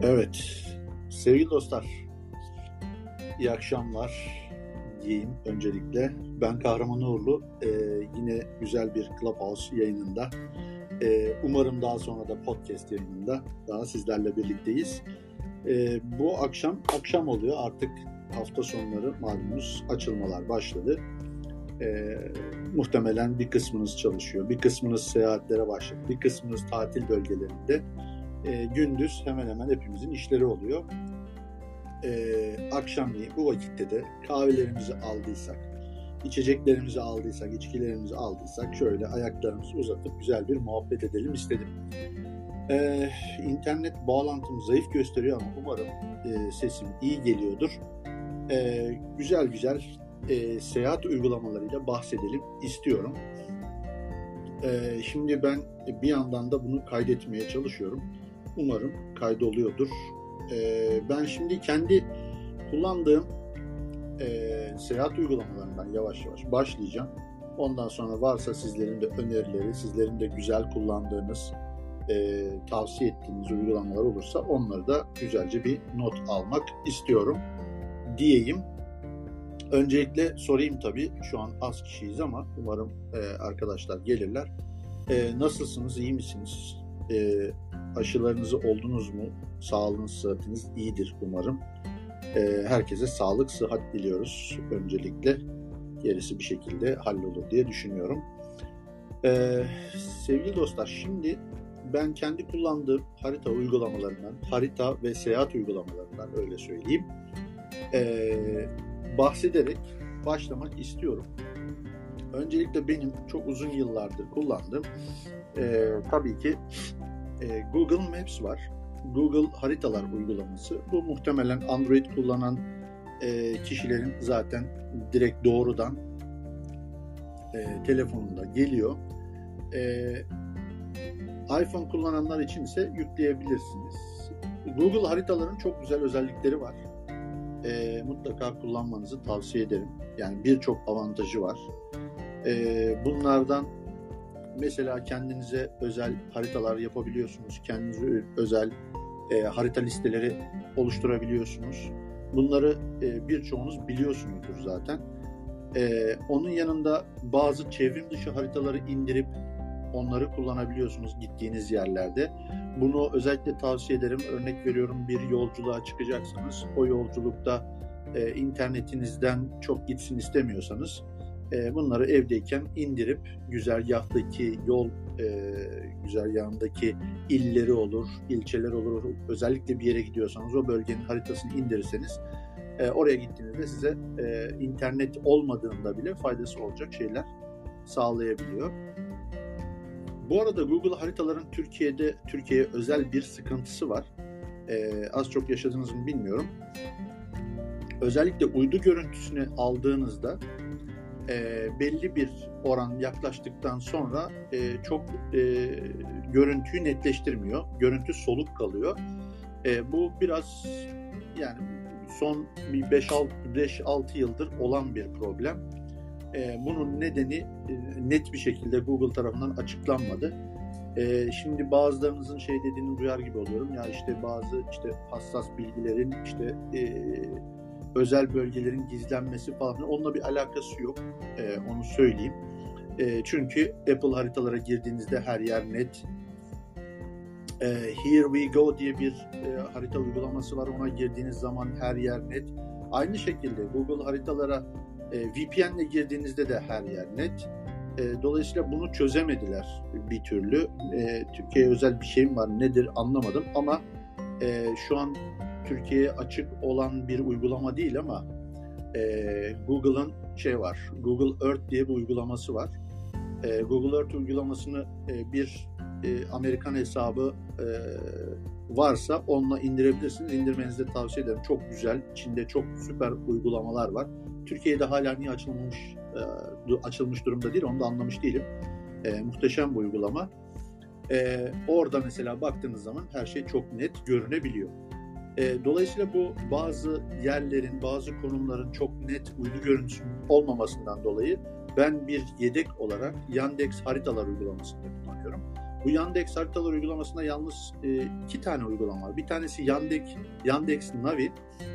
Evet, sevgili dostlar, iyi akşamlar diyeyim öncelikle. Ben Kahraman Uğurlu, yine güzel bir Clubhouse yayınında, umarım daha sonra da podcast yayınında daha sizlerle birlikteyiz. Bu akşam oluyor, artık hafta sonları malumunuz açılmalar başladı. Muhtemelen bir kısmınız çalışıyor, bir kısmınız seyahatlere başladı, bir kısmınız tatil bölgelerinde. Gündüz hemen hemen hepimizin işleri oluyor. Akşamleyin bu vakitte de kahvelerimizi aldıysak, içeceklerimizi aldıysak, içkilerimizi aldıysak şöyle ayaklarımızı uzatıp güzel bir muhabbet edelim istedim. İnternet bağlantım zayıf gösteriyor ama umarım sesim iyi geliyordur. Güzel seyahat uygulamalarıyla bahsedelim istiyorum. Şimdi ben bir yandan da bunu kaydetmeye çalışıyorum. Umarım kaydoluyordur. Ben şimdi kendi kullandığım seyahat uygulamalarından yavaş yavaş başlayacağım. Ondan sonra varsa sizlerin de önerileri, sizlerin de güzel kullandığınız, tavsiye ettiğiniz uygulamalar olursa onları da güzelce bir not almak istiyorum diyeyim. Öncelikle sorayım tabii, şu an az kişiyiz ama umarım arkadaşlar gelirler. Nasılsınız, iyi misiniz? Aşılarınızı oldunuz mu? Sağlığınız, sıhhatiniz iyidir umarım. Herkese sağlık, sıhhat diliyoruz öncelikle. Gerisi bir şekilde hallolur diye düşünüyorum. Sevgili dostlar, şimdi ben kendi kullandığım harita uygulamalarından, harita ve seyahat uygulamalarından öyle söyleyeyim, bahsederek başlamak istiyorum. Öncelikle benim çok uzun yıllardır kullandığım tabii ki Google Maps var. Google Haritalar uygulaması. Bu muhtemelen Android kullanan kişilerin zaten direkt doğrudan telefonunda geliyor. iPhone kullananlar için ise yükleyebilirsiniz. Google Haritaların çok güzel özellikleri var. Mutlaka kullanmanızı tavsiye ederim. Yani birçok avantajı var. Bunlardan mesela kendinize özel haritalar yapabiliyorsunuz. Kendinize özel harita listeleri oluşturabiliyorsunuz. Bunları birçoğunuz biliyorsunuzdur zaten. Onun yanında bazı çevrim dışı haritaları indirip onları kullanabiliyorsunuz gittiğiniz yerlerde. Bunu özellikle tavsiye ederim. Örnek veriyorum, bir yolculuğa çıkacaksanız, o yolculukta internetinizden çok gitsin istemiyorsanız bunları evdeyken indirip güzergahtaki yol güzergahındaki illeri olur, ilçeler olur. Özellikle bir yere gidiyorsanız o bölgenin haritasını indirirseniz oraya gittiğinizde size internet olmadığında bile faydası olacak şeyler sağlayabiliyor. Bu arada Google Haritaların Türkiye'ye özel bir sıkıntısı var. Az çok yaşadınız mı bilmiyorum. Özellikle uydu görüntüsünü aldığınızda belli bir oran yaklaştıktan sonra çok görüntüyü netleştirmiyor. Görüntü soluk kalıyor. Bu biraz yani son bir 5-6 yıldır olan bir problem. Bunun nedeni net bir şekilde Google tarafından açıklanmadı. Şimdi bazılarınızın dediğini duyar gibi oluyorum. Ya bazı hassas bilgilerin özel bölgelerin gizlenmesi falan, onunla bir alakası yok. Onu söyleyeyim. Çünkü Apple haritalara girdiğinizde her yer net. Here We Go diye bir harita uygulaması var. Ona girdiğiniz zaman her yer net. Aynı şekilde Google haritalara VPN ile girdiğinizde de her yer net. Dolayısıyla bunu çözemediler bir türlü. Türkiye'ye özel bir şey mi var, nedir anlamadım ama şu an Türkiye'ye açık olan bir uygulama değil ama Google'ın var. Google Earth diye bir uygulaması var. Google Earth uygulamasını bir Amerikan hesabı varsa onunla indirebilirsiniz. İndirmenizi de tavsiye ederim. Çok güzel. İçinde çok süper uygulamalar var. Türkiye'de hala niye açılmış durumda değil, onu da anlamış değilim. Muhteşem bir uygulama. Orada mesela baktığınız zaman her şey çok net görünebiliyor. Dolayısıyla bu bazı yerlerin, bazı konumların çok net uydu görüntüsünün olmamasından dolayı ben bir yedek olarak Yandex haritalar uygulamasını kullanıyorum. Bu Yandex haritalar uygulamasında yalnız 2 tane uygulama var. Bir tanesi Yandex Navi.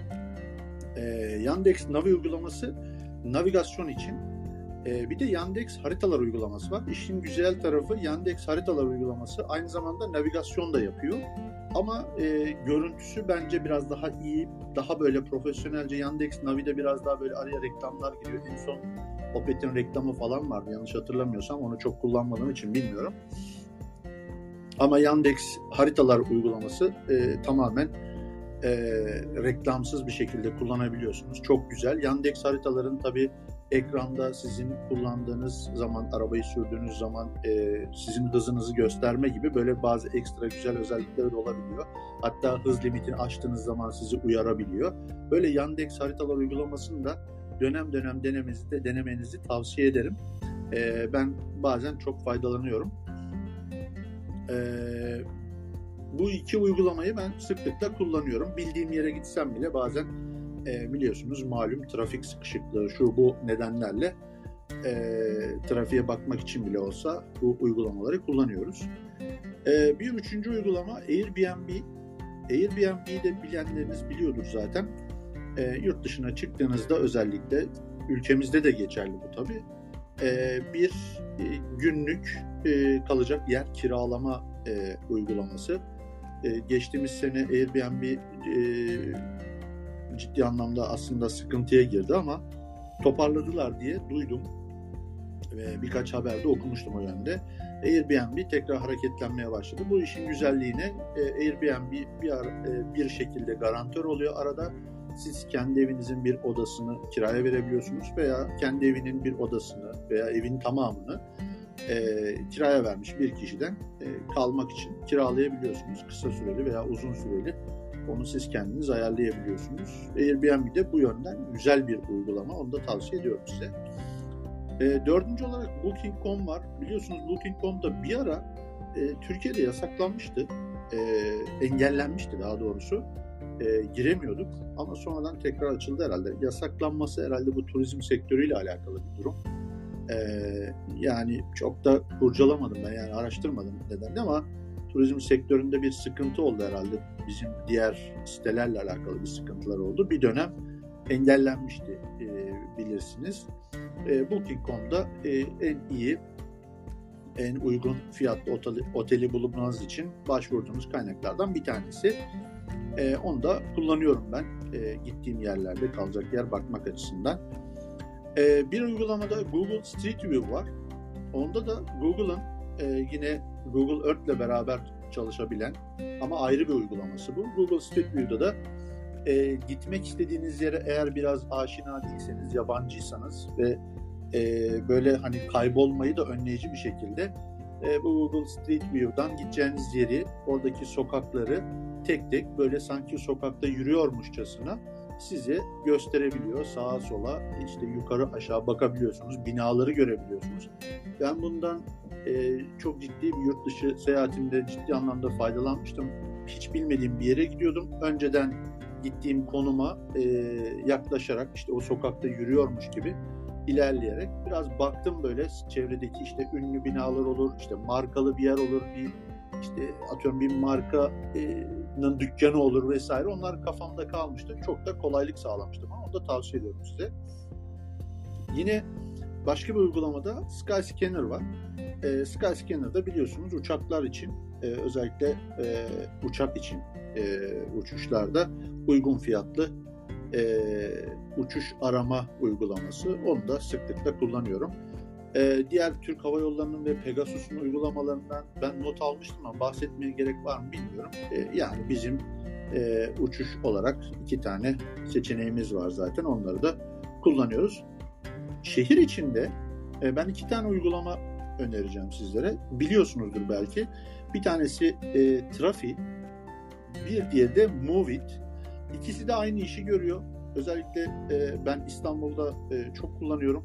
Yandex Navi uygulaması navigasyon için. Bir de Yandex haritalar uygulaması var. İşin güzel tarafı Yandex haritalar uygulaması aynı zamanda navigasyon da yapıyor. Ama görüntüsü bence biraz daha iyi, daha böyle profesyonelce. Yandex Navi'de biraz daha böyle araya reklamlar giriyor. En son Opet'in reklamı falan vardı yanlış hatırlamıyorsam, onu çok kullanmadığım için bilmiyorum. Ama Yandex haritalar uygulaması tamamen reklamsız bir şekilde kullanabiliyorsunuz. Çok güzel. Yandex haritaların tabii ekranda sizin kullandığınız zaman, arabayı sürdüğünüz zaman sizin hızınızı gösterme gibi böyle bazı ekstra güzel özellikleri de olabiliyor. Hatta hız limitini aştığınız zaman sizi uyarabiliyor. Böyle Yandex haritalar uygulamasını da dönem dönem denemenizi tavsiye ederim. Ben bazen çok faydalanıyorum. Bu iki uygulamayı ben sıklıkla kullanıyorum. Bildiğim yere gitsem bile bazen biliyorsunuz malum trafik sıkışıklığı şu bu nedenlerle trafiğe bakmak için bile olsa bu uygulamaları kullanıyoruz. Bir üçüncü uygulama Airbnb. Airbnb'yi de bilenleriniz biliyordur zaten. Yurt dışına çıktığınızda özellikle ülkemizde de geçerli bu tabii. Bir günlük kalacak yer kiralama uygulaması. Geçtiğimiz sene Airbnb ciddi anlamda aslında sıkıntıya girdi ama toparladılar diye duydum ve birkaç haberde okumuştum o yönde. Airbnb tekrar hareketlenmeye başladı. Bu işin güzelliğine Airbnb bir şekilde garantör oluyor arada. Siz kendi evinizin bir odasını kiraya verebiliyorsunuz veya kendi evinin bir odasını veya evin tamamını kiraya vermiş bir kişiden kalmak için kiralayabiliyorsunuz. Kısa süreli veya uzun süreli. Onu siz kendiniz ayarlayabiliyorsunuz. Airbnb de bu yönden güzel bir uygulama. Onu da tavsiye ediyorum size. Dördüncü olarak Booking.com var. Biliyorsunuz Booking.com da bir ara Türkiye'de yasaklanmıştı. Engellenmişti daha doğrusu. Giremiyorduk ama sonradan tekrar açıldı herhalde. Yasaklanması herhalde bu turizm sektörüyle alakalı bir durum. Yani çok da kurcalamadım ben, yani araştırmadım nedenle, ama turizm sektöründe bir sıkıntı oldu herhalde. Bizim diğer sitelerle alakalı bir sıkıntılar oldu. Bir dönem engellenmişti bilirsiniz. Booking.com'da en iyi, en uygun fiyatlı oteli bulmanız için başvurduğunuz kaynaklardan bir tanesi. Onu da kullanıyorum ben gittiğim yerlerde kalacak yer bakmak açısından. Bir uygulamada Google Street View var. Onda da Google'ın yine Google Earth ile beraber çalışabilen ama ayrı bir uygulaması bu. Google Street View'da da gitmek istediğiniz yere eğer biraz aşina değilseniz, yabancıysanız ve böyle hani kaybolmayı da önleyici bir şekilde bu Google Street View'dan gideceğiniz yeri, oradaki sokakları tek tek böyle sanki sokakta yürüyormuşçasına size gösterebiliyor. Sağa sola, işte yukarı aşağı bakabiliyorsunuz. Binaları görebiliyorsunuz. Ben bundan çok ciddi bir yurt dışı seyahatimde ciddi anlamda faydalanmıştım. Hiç bilmediğim bir yere gidiyordum. Önceden gittiğim konuma yaklaşarak işte o sokakta yürüyormuş gibi ilerleyerek biraz baktım, böyle çevredeki işte ünlü binalar olur, işte markalı bir yer olur, bir işte atıyorum bir markanın dükkanı olur vesaire. Onlar kafamda kalmıştı. Çok da kolaylık sağlamıştı bana. Onu da tavsiye ediyorum size. Yine başka bir uygulamada Skyscanner var. Skyscanner'da biliyorsunuz uçaklar için özellikle uçak için uçuşlarda uygun fiyatlı uçuş arama uygulaması. Onu da sıklıkla kullanıyorum. Diğer Türk Hava Yolları'nın ve Pegasus'un uygulamalarından ben not almıştım ama bahsetmeye gerek var mı bilmiyorum. Yani bizim uçuş olarak 2 tane seçeneğimiz var zaten. Onları da kullanıyoruz. Şehir içinde ben 2 tane uygulama önereceğim sizlere. Biliyorsunuzdur belki. Bir tanesi Trafi, bir diğeri de Moovit. İkisi de aynı işi görüyor. Özellikle ben İstanbul'da çok kullanıyorum.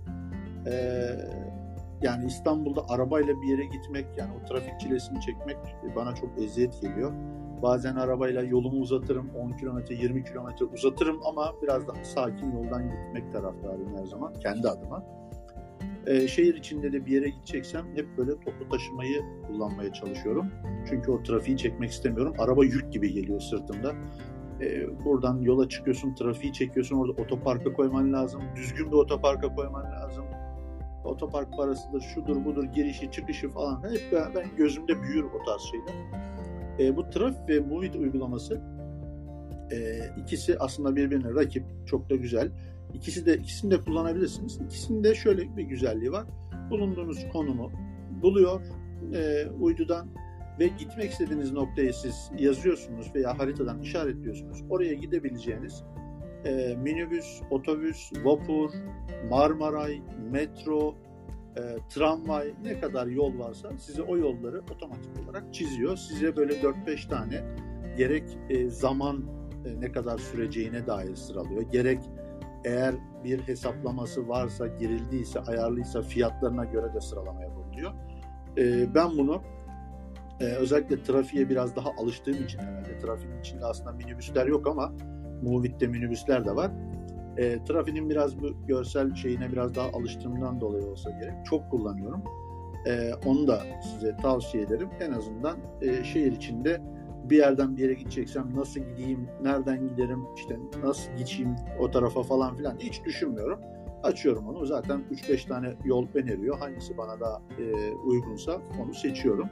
Yani İstanbul'da arabayla bir yere gitmek, yani o trafik çilesini çekmek bana çok eziyet geliyor. Bazen arabayla yolumu uzatırım, 10 kilometre, 20 kilometre uzatırım ama biraz daha sakin yoldan gitmek taraftarıyım her zaman, kendi adıma. Şehir içinde de bir yere gideceksem hep böyle toplu taşımayı kullanmaya çalışıyorum. Çünkü o trafiği çekmek istemiyorum. Araba yük gibi geliyor sırtımda. Buradan yola çıkıyorsun, trafiği çekiyorsun, orada otoparka koyman lazım. Düzgün bir otoparka koyman lazım. Otopark parasıdır, şudur budur, girişi çıkışı falan. Hep ben gözümde büyür o tarz şeyler. Bu Traffic ve Moveit uygulaması ikisi aslında birbirine rakip. Çok da güzel. İkisini de kullanabilirsiniz. İkisinin de şöyle bir güzelliği var. Bulunduğunuz konumu buluyor uydudan ve gitmek istediğiniz noktayı siz yazıyorsunuz veya haritadan işaretliyorsunuz. Oraya gidebileceğiniz minibüs, otobüs, vapur, Marmaray, metro, tramvay, ne kadar yol varsa size o yolları otomatik olarak çiziyor. Size böyle 4-5 tane gerek zaman ne kadar süreceğine dair sıralıyor. Gerek eğer bir hesaplaması varsa, girildiyse, ayarlıysa fiyatlarına göre de sıralama yapabiliyor. Ben bunu özellikle trafiğe biraz daha alıştığım için herhalde. Trafiğin içinde aslında minibüsler yok ama Moveit'te minibüsler de var. Trafiğin biraz bu görsel şeyine biraz daha alıştığımdan dolayı olsa gerek. Çok kullanıyorum. Onu da size tavsiye ederim. En azından şehir içinde bir yerden bir yere gideceksem nasıl gideyim, nereden giderim, işte nasıl geçeyim o tarafa falan filan hiç düşünmüyorum. Açıyorum onu. Zaten 3-5 tane yol öneriyor. Hangisi bana daha uygunsa onu seçiyorum.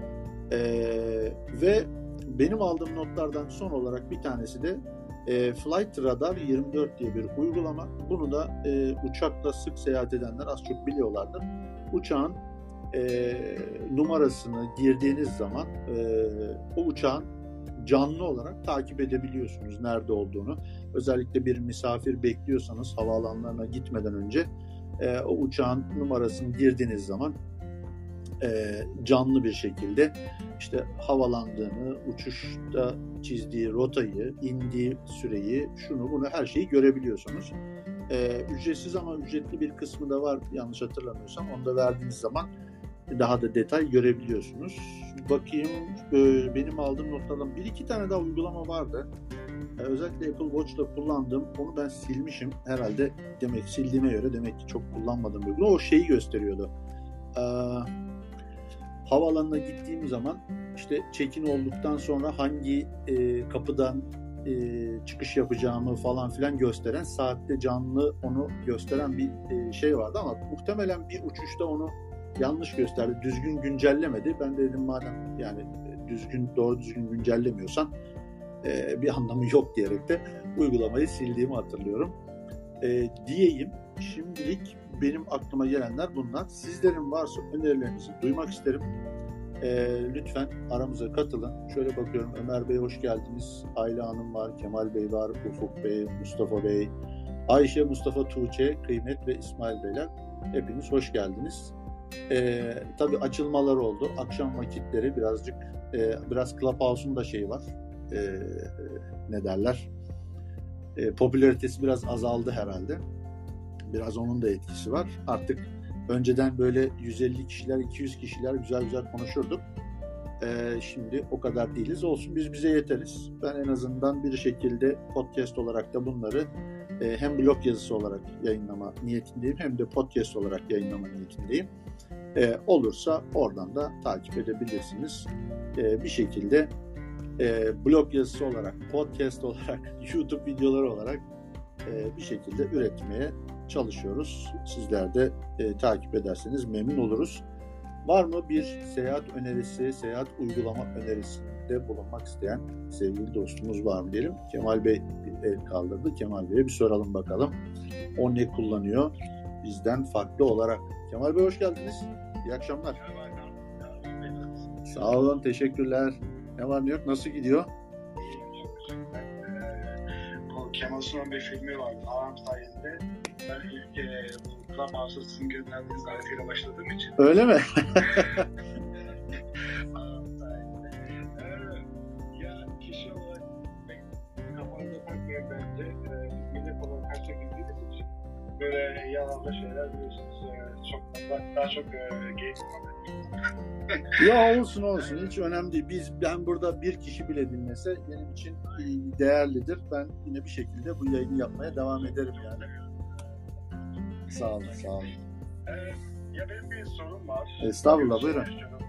Ve benim aldığım notlardan son olarak bir tanesi de Flight Radar 24 diye bir uygulama. Bunu da uçakla sık seyahat edenler az çok biliyorlardır. Uçağın numarasını girdiğiniz zaman o uçağın canlı olarak takip edebiliyorsunuz nerede olduğunu. Özellikle bir misafir bekliyorsanız havaalanlarına gitmeden önce o uçağın numarasını girdiğiniz zaman canlı bir şekilde işte havalandığını, uçuşta çizdiği rotayı, indiği süreyi, şunu bunu her şeyi görebiliyorsunuz. Ücretsiz ama ücretli bir kısmı da var yanlış hatırlamıyorsam. Onu da verdiğiniz zaman daha da detay görebiliyorsunuz. Bakayım benim aldığım notlardan 1-2 tane daha uygulama vardı. Özellikle Apple Watch'ta kullandığım, onu ben silmişim herhalde. Demek sildiğime göre demek ki çok kullanmadığım bir uygulama. O şeyi gösteriyordu. Havaalanına gittiğim zaman işte check-in olduktan sonra hangi kapıdan çıkış yapacağımı falan filan gösteren, saatte canlı onu gösteren bir şey vardı ama muhtemelen bir uçuşta onu yanlış gösterdi. Düzgün güncellemedi. Ben de dedim madem yani doğru düzgün güncellemiyorsan bir anlamı yok diyerek de uygulamayı sildiğimi hatırlıyorum. Diyeyim. Şimdilik benim aklıma gelenler bunlar. Sizlerin varsa önerilerinizi duymak isterim. Lütfen aramıza katılın. Şöyle bakıyorum, Ömer Bey hoş geldiniz. Ayla Hanım var, Kemal Bey var, Ufuk Bey, Mustafa Bey, Ayşe, Mustafa, Tuğçe, Kıymet ve İsmail Beyler. Hepiniz hoş geldiniz. Tabii açılmalar oldu. Akşam vakitleri biraz Clubhouse'un da şeyi var. Ne derler? Popülaritesi biraz azaldı herhalde. Biraz onun da etkisi var. Artık önceden böyle 150 kişiler, 200 kişiler güzel konuşurduk. Şimdi o kadar değiliz. Olsun biz bize yeteriz. Ben en azından bir şekilde podcast olarak da bunları hem blog yazısı olarak yayınlama niyetindeyim hem de podcast olarak yayınlama niyetindeyim. Olursa oradan da takip edebilirsiniz. Bir şekilde blog yazısı olarak, podcast olarak, YouTube videoları olarak bir şekilde üretmeye çalışıyoruz. Sizler de takip ederseniz memnun oluruz. Var mı bir seyahat önerisi, seyahat uygulama önerisinde bulunmak isteyen sevgili dostumuz var mı diyelim. Kemal Bey bir el kaldırdı. Kemal Bey'e bir soralım bakalım. O ne kullanıyor bizden farklı olarak? Kemal Bey hoş geldiniz. İyi akşamlar. Sağ olun, teşekkürler. Ne var ne yok, nasıl gidiyor? Bu Kemal Sunal Bey filmi vardı. Haram sayesinde ben ilk bu Clubhouse'a sizin gönderdiğiniz aletiyle başladığım için. Öyle mi? Haram sayesinde. Ya kişi olarak kafanıza takmayın bence. Millet olarak her şey bildiğiniz için böyle yalanlı şeyler biliyorsunuz. Çok daha çok geyik Ya olsun hiç önemli değil. Ben burada bir kişi bile dinlese benim için değerlidir. Ben yine bir şekilde bu yayını yapmaya devam ederim yani. Sağ olun. Ya benim bir sorun var. Estağfurullah, buyurun.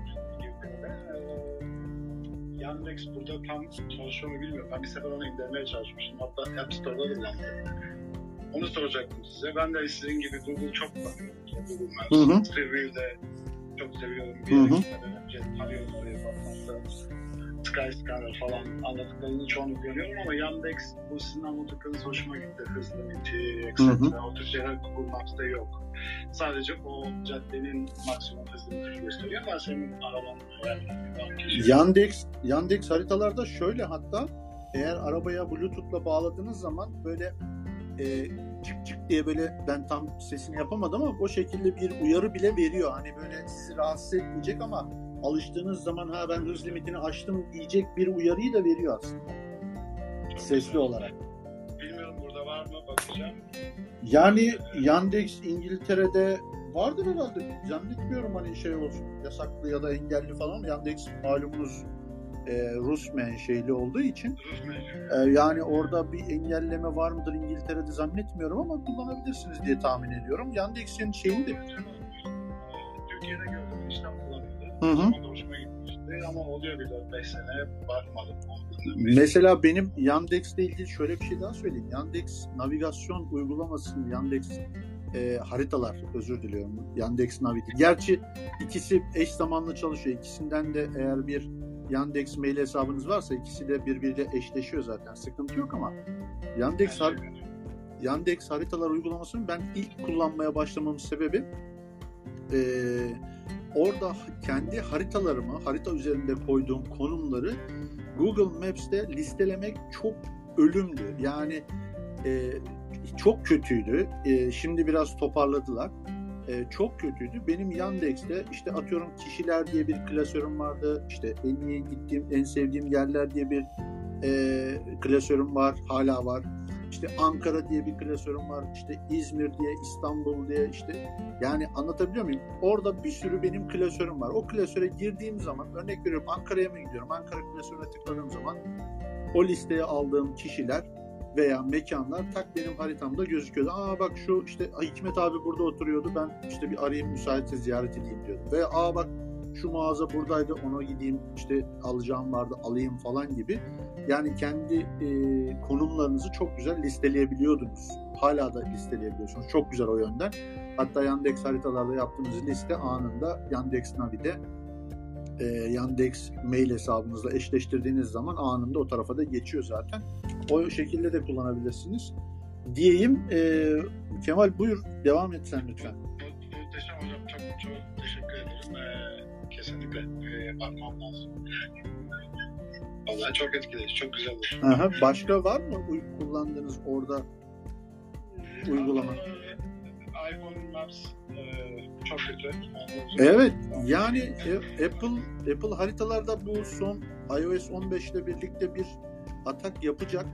Yandex burada tam çalışıyor mu bilmiyorum. Ben bir sefer onu indirmeye çalışmıştım. Hatta App Store'da da kullandım. Onu soracaktım size. Ben de sizin gibi Google çok kullanıyorum. Google Maps, Street de çok seviyorum. Bir yere gitmeden önce arıyorum oraya bakmakta. Skyscanner falan anlattıklarını çoğunu görüyorum ama Yandex bu sizin anlattıklarınız hoşuma gitti. Hız limiti, etc. O tür şeyler Google Maps'ta yok. Sadece o caddenin maksimum hız limitini gösteriyor ama senin araban Yandex haritalarda şöyle, hatta eğer arabaya Bluetooth'la bağladığınız zaman böyle çık çık diye, böyle ben tam sesini yapamadım ama o şekilde bir uyarı bile veriyor. Hani böyle sizi rahatsız etmeyecek ama alıştığınız zaman ben hız limitini aştım diyecek bir uyarıyı da veriyor aslında. Çok sesli güzel olarak. Bilmiyorum burada var mı, bakacağım. Yani Yandex İngiltere'de vardır herhalde. Zannetmiyorum hani şey olsun, yasaklı ya da engelli falan. Yandex malumunuz Rus menşeli olduğu için yani orada bir engelleme var mıdır İngiltere'de zannetmiyorum ama kullanabilirsiniz diye tahmin ediyorum. Yandex'in şeyini de Türkiye'de gördüm, İstanbul'da kullanıldı. Hoşuma gitmişti ama oluyor bir 4-5 sene bakmadım. Mesela benim Yandex'le ilgili şöyle bir şey daha söyleyeyim. Yandex navigasyon uygulamasının Yandex haritalar, özür diliyorum. Yandex Navi'di. Gerçi ikisi eş zamanlı çalışıyor. İkisinden de eğer bir Yandex mail hesabınız varsa ikisi de birbiriyle eşleşiyor zaten. Sıkıntı yok ama Yandex haritalar uygulamasını ben ilk kullanmaya başlamamın sebebi orada kendi haritalarımı, harita üzerinde koyduğum konumları Google Maps'te listelemek çok ölümdü. Yani çok kötüydü. Şimdi biraz toparladılar. Çok kötüydü. Benim Yandex'te işte atıyorum kişiler diye bir klasörüm vardı. İşte en iyi gittiğim, en sevdiğim yerler diye bir klasörüm var. Hala var. İşte Ankara diye bir klasörüm var. İşte İzmir diye, İstanbul diye, işte yani anlatabiliyor muyum? Orada bir sürü benim klasörüm var. O klasöre girdiğim zaman, örnek veriyorum, Ankara'ya mı gidiyorum? Ankara klasörüne tıkladığım zaman o listeye aldığım kişiler veya mekanlar tak benim haritamda gözüküyordu. Bak şu işte Hikmet abi burada oturuyordu. Ben işte bir arayayım, müsaitse ziyaret edeyim diyordum. Veya bak şu mağaza buradaydı, ona gideyim, işte alacağım vardı alayım falan gibi. Yani kendi konumlarınızı çok güzel listeleyebiliyordunuz. Hala da listeleyebiliyorsunuz. Çok güzel o yönden. Hatta Yandex haritalarda yaptığınız liste anında Yandex Navi'de Yandex mail hesabınızla eşleştirdiğiniz zaman anında o tarafa da geçiyor zaten. O şekilde de kullanabilirsiniz diyeyim. Kemal buyur, devam et sen lütfen. Muhteşem hocam, çok teşekkür ederim. Kesinlikle bakmam lazım. Vallahi çok etkileyici, çok güzel oldu. Aha, başka var mı kullandığınız orada uygulama? iPhone Maps çok kötü. Evet, yani Apple haritalarda bu son iOS 15 ile birlikte bir atak yapacak.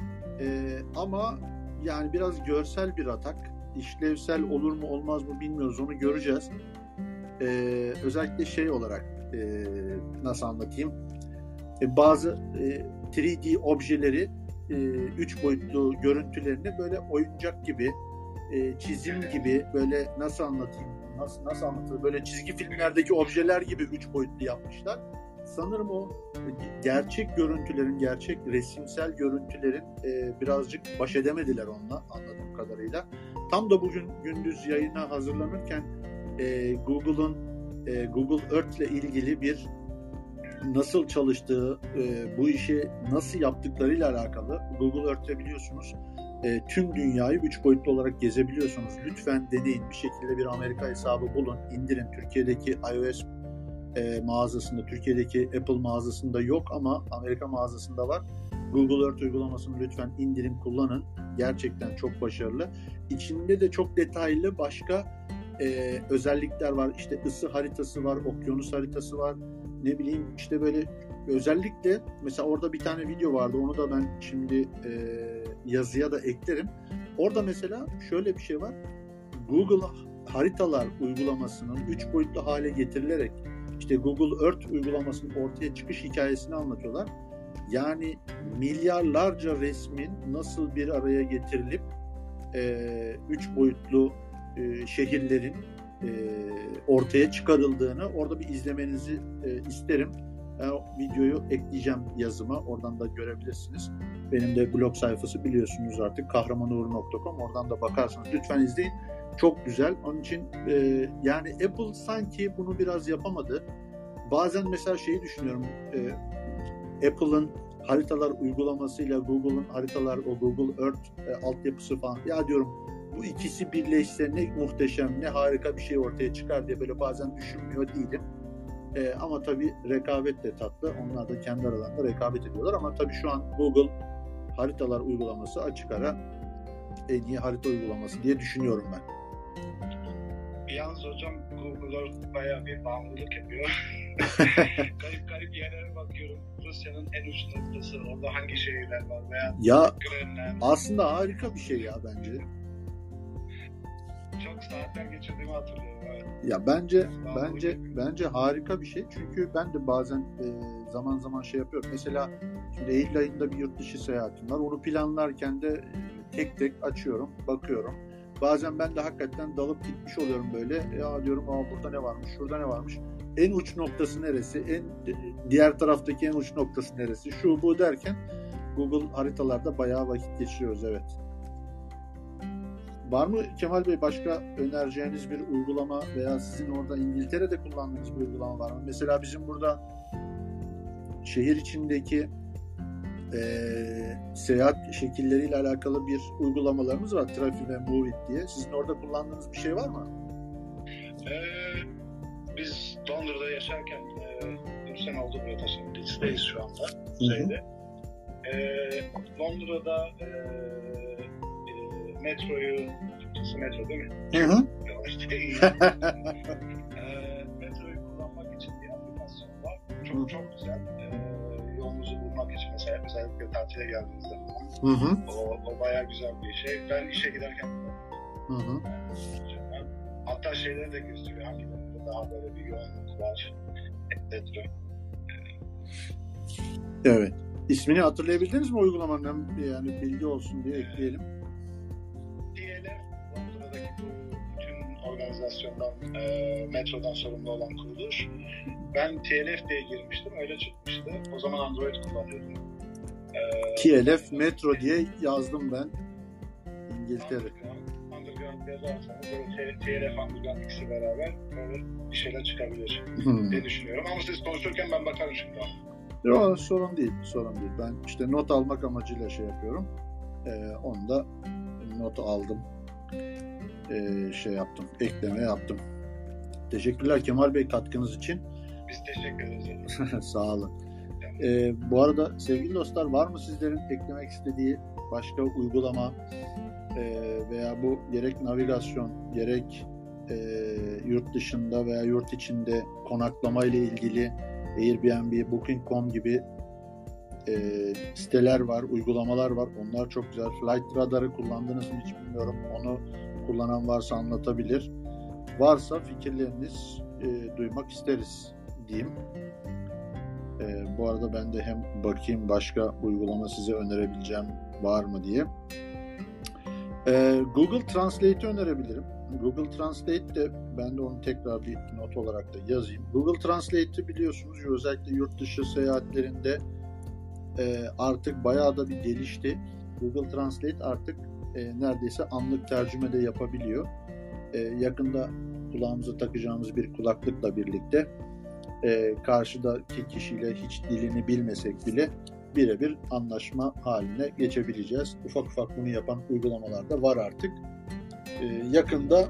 Ama yani biraz görsel bir atak. İşlevsel olur mu olmaz mı bilmiyoruz, onu göreceğiz. Özellikle şey olarak nasıl anlatayım? Bazı 3D objeleri, 3 boyutlu görüntülerini böyle oyuncak gibi, çizim gibi, böyle nasıl anlatayım? Nasıl anlatılır? Böyle çizgi filmlerdeki objeler gibi 3 boyutlu yapmışlar. Sanırım o gerçek görüntülerin, gerçek resimsel görüntülerin birazcık baş edemediler onunla, anladığım kadarıyla. Tam da bugün gündüz yayına hazırlanırken Google'un Google Earth ile ilgili bir nasıl çalıştığı, bu işi nasıl yaptıklarıyla alakalı. Google Earth'te biliyorsunuz tüm dünyayı 3 boyutlu olarak gezebiliyorsunuz. Lütfen deneyin. Bir şekilde bir Amerika hesabı bulun, indirin. Türkiye'deki iOS mağazasında, Türkiye'deki Apple mağazasında yok ama Amerika mağazasında var. Google Earth uygulamasını lütfen indirin, kullanın. Gerçekten çok başarılı. İçinde de çok detaylı başka özellikler var. İşte ısı haritası var, okyanus haritası var. Ne bileyim işte böyle özellikle mesela orada bir tane video vardı. Onu da ben şimdi yazıya da eklerim. Orada mesela şöyle bir şey var. Google haritalar uygulamasının 3 boyutlu hale getirilerek işte Google Earth uygulamasının ortaya çıkış hikayesini anlatıyorlar. Yani milyarlarca resmin nasıl bir araya getirilip 3 boyutlu şehirlerin ortaya çıkarıldığını orada bir izlemenizi isterim. Ben o videoyu ekleyeceğim yazıma. Oradan da görebilirsiniz. Benim de blog sayfası biliyorsunuz artık kahramanuğur.com. Oradan da bakarsanız lütfen izleyin. Çok güzel. Onun için yani Apple sanki bunu biraz yapamadı. Bazen mesela şeyi düşünüyorum. Apple'ın haritalar uygulamasıyla Google'ın haritalar, o Google Earth altyapısı falan. Ya diyorum bu ikisi birleşse ne muhteşem, ne harika bir şey ortaya çıkar diye böyle bazen düşünmüyor değilim. Ama tabii rekabet de tatlı. Onlar da kendi aralarında rekabet ediyorlar. Ama tabii şu an Google haritalar uygulaması açık ara en iyi harita uygulaması diye düşünüyorum ben. Yalnız hocam Google'a bayağı bir bağımlılık yapıyor. garip yerlere bakıyorum. Rusya'nın en uç noktası, orada hangi şehirler var veya ya Grönland. Aslında harika bir şey ya bence. Çok saatler geçirdiğimi hatırlıyorum. Evet. Ya bence harika bir şey. Çünkü ben de bazen zaman zaman şey yapıyorum. Mesela şimdi Eylül ayında bir yurt dışı seyahatim var. Onu planlarken de tek tek açıyorum, bakıyorum. Bazen ben de hakikaten dalıp gitmiş oluyorum böyle. Ya diyorum burada ne varmış, şurada ne varmış. En uç noktası neresi? Diğer taraftaki en uç noktası neresi? Şu bu derken Google haritalarda bayağı vakit geçiriyoruz, evet. Var mı Kemal Bey başka önereceğiniz bir uygulama veya sizin orada İngiltere'de kullandığınız bir uygulama var mı? Mesela bizim burada şehir içindeki seyahat şekilleriyle alakalı bir uygulamalarımız var. Trafi ve Moveit diye. Sizin orada kullandığınız bir şey var mı? Biz Londra'da yaşarken 3 sene oldu buraya taşındık. Leeds'teyiz şu anda. Kuzeyde. Londra'da metroyu, Türkçesi metro değil mi? Hı. Metroyu kullanmak için bir aplikasyon var. Çok güzel. Yolunuzu bulmak için mesela özellikle tatile geldiğinizde o bayağı güzel bir şey. Ben işe giderken hatta şeyleri de gösteriyor. Hangilerinde daha böyle bir yoğunluk var. Metro. Evet. İsmini hatırlayabildiniz mi uygulamanın? Yani bilgi olsun diye ekleyelim. TLF, Londra'daki bu bütün organizasyondan, metrodan sorumlu olan kuruluş. Ben TLF diye girmiştim, öyle çıkmıştı. O zaman Android kullanıyordum. TLF Metro diye yazdım ben. İngiltere. Underground yazarsanız böyle TLF Underground ikisi beraber böyle bir şeyler çıkabilir diye düşünüyorum. Ama siz konuşurken ben bakarım şimdi. Yok, sorun değil. Ben işte not almak amacıyla şey yapıyorum. Onu da not aldım. Şey yaptım. Ekleme yaptım. Teşekkürler Kemal Bey katkınız için. Biz teşekkür ederiz. Sağ olun. Bu arada sevgili dostlar var mı sizlerin eklemek istediği başka uygulama veya bu gerek navigasyon gerek yurt dışında veya yurt içinde konaklama ile ilgili Airbnb, Booking.com gibi siteler var, uygulamalar var. Onlar çok güzel. Flight Radar'ı kullandınız mı hiç bilmiyorum. Onu kullanan varsa anlatabilir. Varsa fikirleriniz duymak isteriz diyeyim. Bu arada ben de hem bakayım başka uygulama size önerebileceğim var mı diye. Google Translate'i önerebilirim. Google Translate de ben de onu tekrar bir not olarak da yazayım. Google Translate'i biliyorsunuz özellikle yurt dışı seyahatlerinde artık bayağı da bir gelişti. Google Translate artık neredeyse anlık tercüme de yapabiliyor. Yakında kulağımıza takacağımız bir kulaklıkla birlikte karşıdaki kişiyle hiç dilini bilmesek bile birebir anlaşma haline geçebileceğiz. Ufak ufak bunu yapan uygulamalar da var artık. Yakında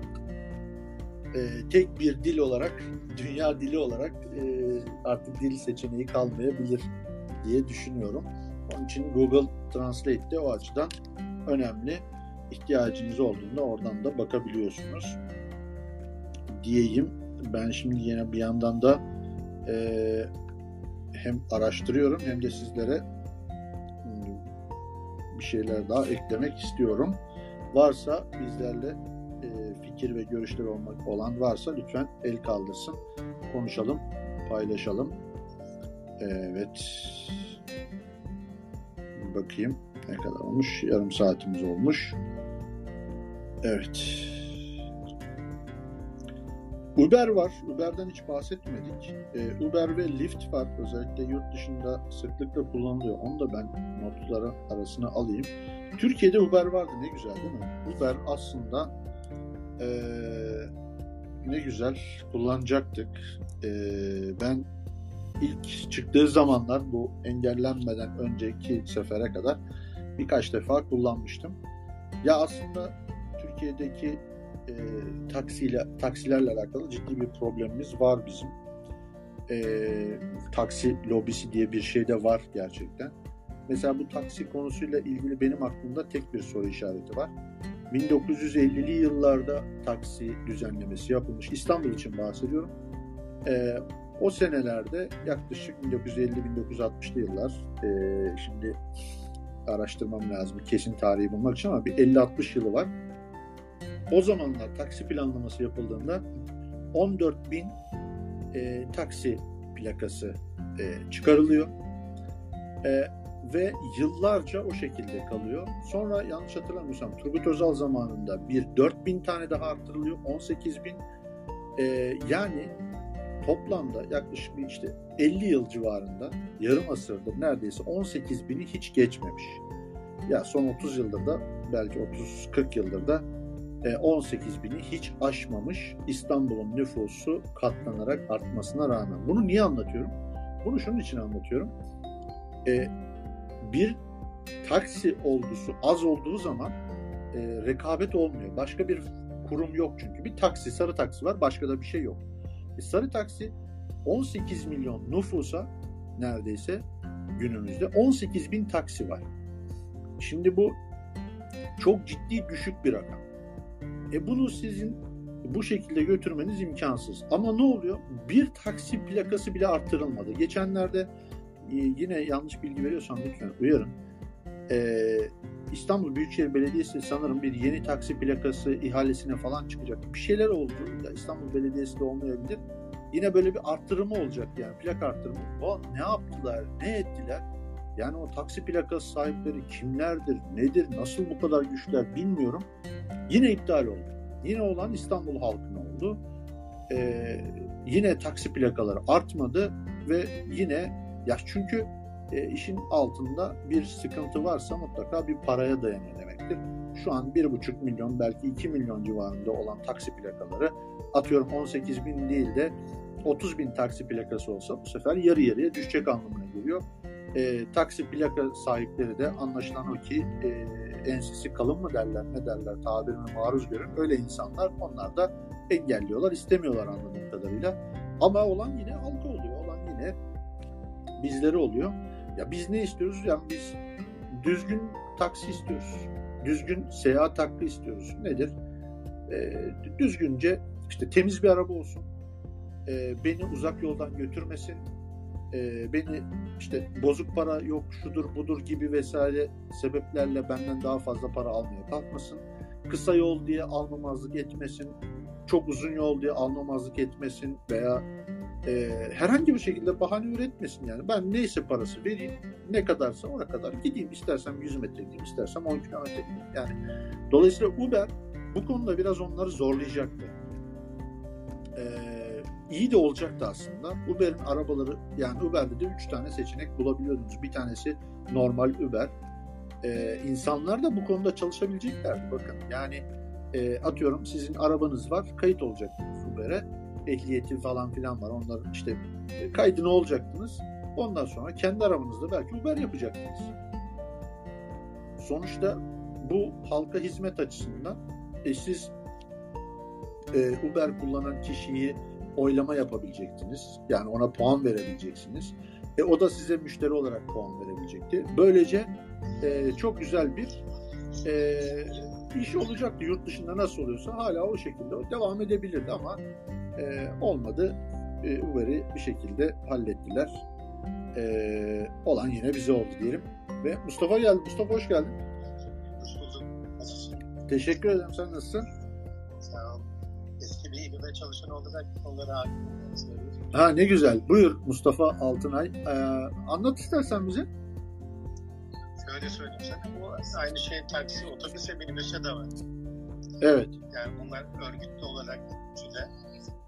tek bir dil olarak, dünya dili olarak artık dil seçeneği kalmayabilir diye düşünüyorum. Onun için Google Translate de o açıdan önemli. İhtiyacınız olduğunda oradan da bakabiliyorsunuz diyeyim. Ben şimdi yine bir yandan da hem araştırıyorum hem de sizlere bir şeyler daha eklemek istiyorum. Varsa bizlerle fikir ve görüşleri olan varsa lütfen el kaldırsın. Konuşalım, paylaşalım. Evet. Bakayım ne kadar olmuş. Yarım saatimiz olmuş. Evet. Uber var. Uber'den hiç bahsetmedik. Uber ve Lyft var. Özellikle yurt dışında sıklıkla kullanılıyor. Onu da ben notlara arasına alayım. Türkiye'de Uber vardı. Ne güzel değil mi? Uber aslında ne güzel kullanacaktık. Ben ilk çıktığı zamanlar bu engellenmeden önceki sefere kadar birkaç defa kullanmıştım. Ya aslında Türkiye'deki taksilerle alakalı ciddi bir problemimiz var bizim. Taksi lobisi diye bir şey de var gerçekten. Mesela bu taksi konusuyla ilgili benim aklımda tek bir soru işareti var. 1950'li yıllarda taksi düzenlemesi yapılmış. İstanbul için bahsediyorum. O senelerde yaklaşık 1950-1960'lı yıllar, şimdi araştırmam lazım kesin tarihi bulmak için ama bir 50-60 yılı var. O zamanlar taksi planlaması yapıldığında 14.000 taksi plakası çıkarılıyor ve yıllarca o şekilde kalıyor. Sonra yanlış hatırlamıyorsam Turgut Özal zamanında bir 4.000 tane daha arttırılıyor. 18.000 yani toplamda yaklaşık bir işte 50 yıl civarında, yarım asırdır neredeyse 18.000'i hiç geçmemiş. Ya son 30 yıldır da belki 30-40 yıldır da 18.000'i hiç aşmamış İstanbul'un nüfusu katlanarak artmasına rağmen. Bunu niye anlatıyorum? Bunu şunun için anlatıyorum. Bir taksi olgusu az olduğu zaman rekabet olmuyor. Başka bir kurum yok çünkü. Bir taksi, sarı taksi var, başka da bir şey yok. Sarı taksi 18 milyon nüfusa neredeyse günümüzde 18.000 taksi var. Şimdi bu çok ciddi düşük bir rakam. Bunu sizin bu şekilde götürmeniz imkansız. Ama ne oluyor? Bir taksi plakası bile arttırılmadı. Geçenlerde yine yanlış bilgi veriyorsam lütfen uyarın. İstanbul Büyükşehir Belediyesi sanırım bir yeni taksi plakası ihalesine falan çıkacak. Bir şeyler oldu. Ya İstanbul Belediyesi de olmayabilir. Yine böyle bir arttırımı olacak yani plaka arttırımı. Ne yaptılar? Ne ettiler? Yani o taksi plakası sahipleri kimlerdir? Nedir? Nasıl bu kadar güçler bilmiyorum. Yine iptal oldu. Yine olan İstanbul halkına oldu. Yine taksi plakaları artmadı ve yine ya çünkü işin altında bir sıkıntı varsa mutlaka bir paraya dayanıyor demektir. Şu an 1,5 milyon belki 2 milyon civarında olan taksi plakaları atıyorum 18.000 değil de 30.000 taksi plakası olsa bu sefer yarı yarıya düşecek anlamına geliyor. Taksi plaka sahipleri de anlaşılan o ki ensesi kalın mı derler ne derler tabirine maruz görün. Öyle insanlar onlar da engelliyorlar istemiyorlar anladığım kadarıyla. Ama olan yine halka oluyor. Olan yine bizleri oluyor. Ya biz ne istiyoruz? Yani biz düzgün taksi istiyoruz. Düzgün seyahat hakkı istiyoruz. Nedir? Düzgünce işte temiz bir araba olsun. Beni uzak yoldan götürmesin. Beni işte bozuk para yok şudur budur gibi vesaire sebeplerle benden daha fazla para almaya kalkmasın. Kısa yol diye almamazlık etmesin. Çok uzun yol diye almamazlık etmesin veya herhangi bir şekilde bahane üretmesin yani. Ben neyse parası vereyim, ne kadarsa ona kadar gideyim. İstersem 100 metre gideyim, istersem 10 kilometre gideyim. Yani dolayısıyla Uber bu konuda biraz onları zorlayacaktı. İyi de olacaktı aslında. Uber'in arabaları yani Uber'de de 3 tane seçenek bulabiliyordunuz. Bir tanesi normal Uber. İnsanlar da bu konuda çalışabileceklerdi. Bakın yani atıyorum sizin arabanız var, kayıt olacaktınız Uber'e. Ehliyeti falan filan var. Onlar işte kaydını olacaktınız. Ondan sonra kendi arabanızda belki Uber yapacaktınız. Sonuçta bu halka hizmet açısından siz Uber kullanan kişiyi oylama yapabilecektiniz. Yani ona puan verebileceksiniz. O da size müşteri olarak puan verebilecekti. Böylece çok güzel bir iş olacaktı. Yurt dışında nasıl oluyorsa hala o şekilde devam edebilirdi ama olmadı. Uber'i bir şekilde hallettiler. Olan yine bize oldu diyelim. Ve Mustafa geldi. Mustafa hoş geldin. Hoş bulduk. Nasılsın? Teşekkür ederim. Sen nasılsın? Sağ ol. Eski bir İBB çalışanı olarak onlara hakim. Ha ne güzel. Buyur Mustafa Altınay. Anlat istersen bize. Şöyle söyleyeyim sana. Bu aynı şey taksi, otobüse, minibüse de var. Evet. Yani bunlar örgütlü olarak içinde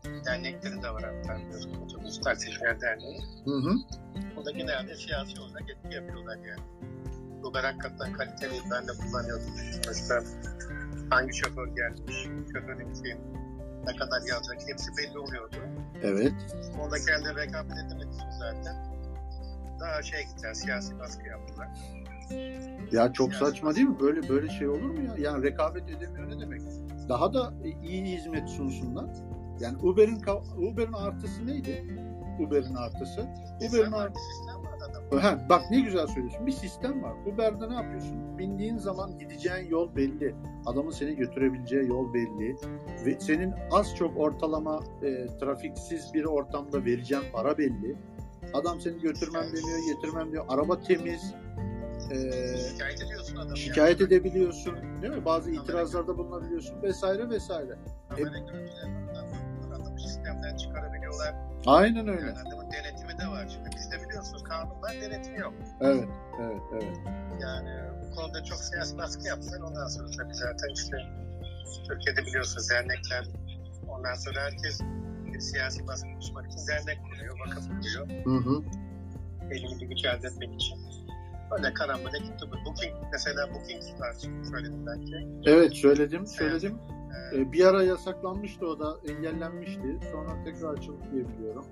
Dernekleri de var hatta. Otobüs Taksiciler Derneği. Hı. O da genelde siyasi olarak etki yapıyorlar yani. Uber hakikaten kaliteli, ben de kullanıyordum. Mesela hangi şoför gelmiş, şoförün kim, ne kadar yazacak hepsi belli oluyordu. Evet. Onda kendi rekabet edemediği zaten. Daha gittiler, siyasi baskı yaptılar. Ya çok saçma değil mi? Böyle şey olur mu ya? Yani rekabet edemiyor ne demek? Daha da iyi hizmet sunsunlar. Yani Uber'in artısı neydi? Uber'in artısı. Sistem var adam. Bak ne güzel söylüyorsun. Bir sistem var. Uber'de ne yapıyorsun? Bindiğin zaman gideceğin yol belli. Adamın seni götürebileceği yol belli. Ve senin az çok ortalama trafiksiz bir ortamda vereceğin para belli. Adam seni götürmem demiyor, getirmem diyor. Araba temiz. Şikayet ediyorsun adamı. Şikayet edebiliyorsun. Değil mi? Bazı itirazlarda bulunabiliyorsun vesaire vesaire. Kamera görüntülerini adamı sistemden çıkarabiliyorlar. Aynen öyle. Yani adamın denetimi de var. Şimdi bizde biliyorsunuz kanunlar denetimi yok. Evet. Yani bu konuda çok siyasi baskı yaptılar. Ondan sonra tabii zaten Türkiye'de biliyorsunuz dernekler, ondan sonra herkes bir siyasi baskı tutmak için dernek kuruyor, vakıf kuruyor. Hı. Elini güç elde etmek için. Öyle karambole gitti. Booking var söyledim belki. Evet söyledim. Bir ara yasaklanmıştı, o da engellenmişti. Sonra tekrar açıldı diye biliyorum.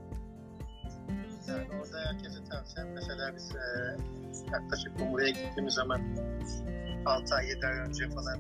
Yani orada herkese tavsiyem. Mesela biz yaklaşık buraya gittiğimiz zaman 6 ay 7 ay önce falan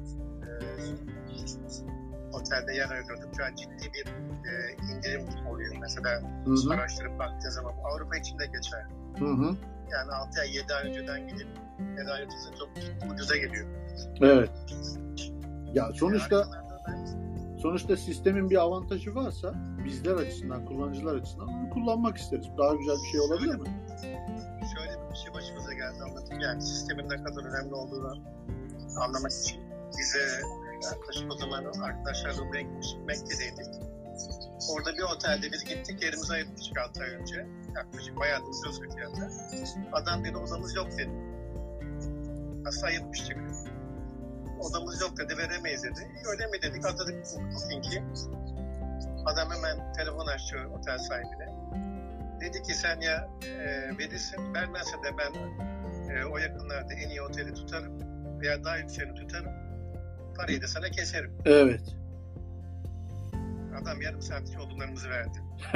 otelde yer arıyorduk. Şu an ciddi bir indirim oluyor. Mesela araştırıp baktığı zaman Avrupa için de geçer. Hı. Yani 6 ay 7 ay önceden gidip nedaretinize çok ucuza geliyor. Evet. Ya sonuçta sistemin bir avantajı varsa bizler açısından, kullanıcılar açısından onu kullanmak isteriz. Daha güzel bir şey olabilir mi? Şöyle bir şey başımıza geldi, anlatayım. Yani sistemin ne kadar önemli olduğunu anlamak için bize yaklaşık o zaman arkadaşlarla buraya gitmiştik, Mekke'deydik. Orada bir otelde biz gittik, yerimizi ayırtmıştık 6 ay önce. Yaklaşık bayağı da ucuz bir fiyata. Adam dedi odamız yok dedi. Nasıl ayırtmıştık? Odamız yok dedi, veremeyiz dedi. Öyle mi dedik, atadık Booking'i. Adam hemen telefon açtı otel sahibine. Dedi ki sen ya verirsin, vermezse de ben o yakınlarda en iyi oteli tutarım veya daha yükseğini tutarım. Parayı da sana keserim. Evet. Adam yarım saat odunlarımızı verdi.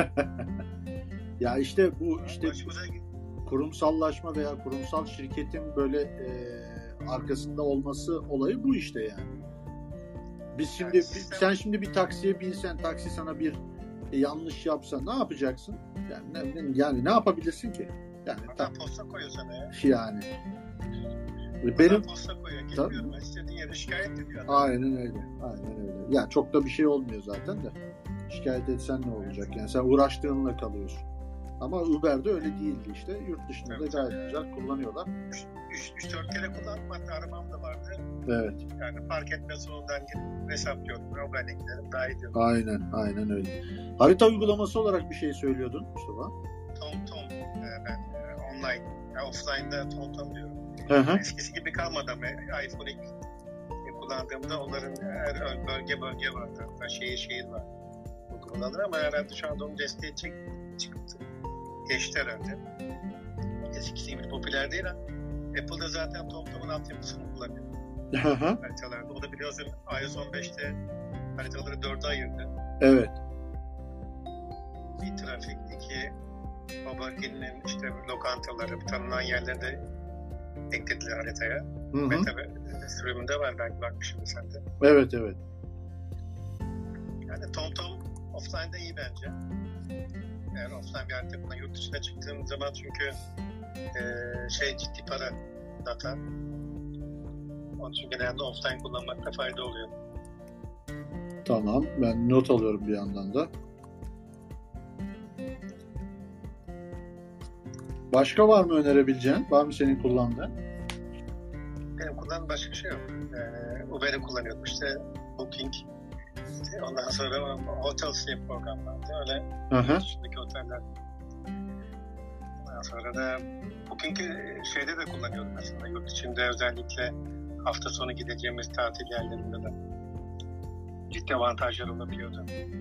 Ya işte bu kurumsallaşma veya kurumsal şirketin böyle arkasında olması olayı bu işte yani. Biz şimdi sen şimdi bir taksiye binsen, taksi sana bir yanlış yapsa ne yapacaksın? Yani ne yapabilirsin ki? Yani adam posta koyuyor sana ya. Yani. Benim posta koyuyor. Gitmiyorum. İstediğin yere şikayet ediyor. Aynen öyle. Ya çok da bir şey olmuyor zaten de. Şikayet etsen ne olacak? Yani sen uğraştığınla kalıyorsun. Ama Uber'de öyle değildi işte. Yurt dışında da gayet güzel kullanıyorlar. 3-4 kere kullandım. Hatta arabam da vardı. Evet. Yani park etme sonundan gidip hesaplıyordum. Uber'le gidelim. Daha iyi diyordum. Aynen öyle. Harita uygulaması olarak bir şey söylüyordun Mustafa. TomTom. Ben online. Offline'da TomTom diyorum. Hı. Eskisi gibi kalmadı ama iPhone ilk kullandığımda onların her bölge vardı. Hatta şehir var. Bu kullanılır ama herhalde şu anda onun desteği çıktı. Geçti herhalde. Eskisi gibi popüler değil ama Apple'da zaten TomTom'un altyapısını kullanıyor. Haritalarda. O da biliyorsun iOS 15'te haritaları 4'e ayırdı. Evet. Bir trafik, 2 o bölgenin işte lokantaları, tanınan yerlerde eklediler haritaya. Ve tabii sürümünde var, belki bakmışsın sen de. Evet. Yani TomTom offline'da iyi bence. Eğer offline bir harita kullan, yurt dışına çıktığım zaman çünkü ciddi para data. Onun için genelde offline kullanmakta fayda oluyor. Tamam, ben not alıyorum bir yandan da. Başka var mı önerebileceğin? Var mı senin kullandığın? Benim kullandığım başka bir şey yok. Uber'i kullanıyordum işte, Booking. Ondan sonra Hotels diye program vardı. Öyle yurt dışındaki oteller. Ondan sonra da Booking'i şeyde de kullanıyordum mesela. Yurt içinde özellikle hafta sonu gideceğimiz tatil yerlerinde de ciddi avantajlar olabiliyordu.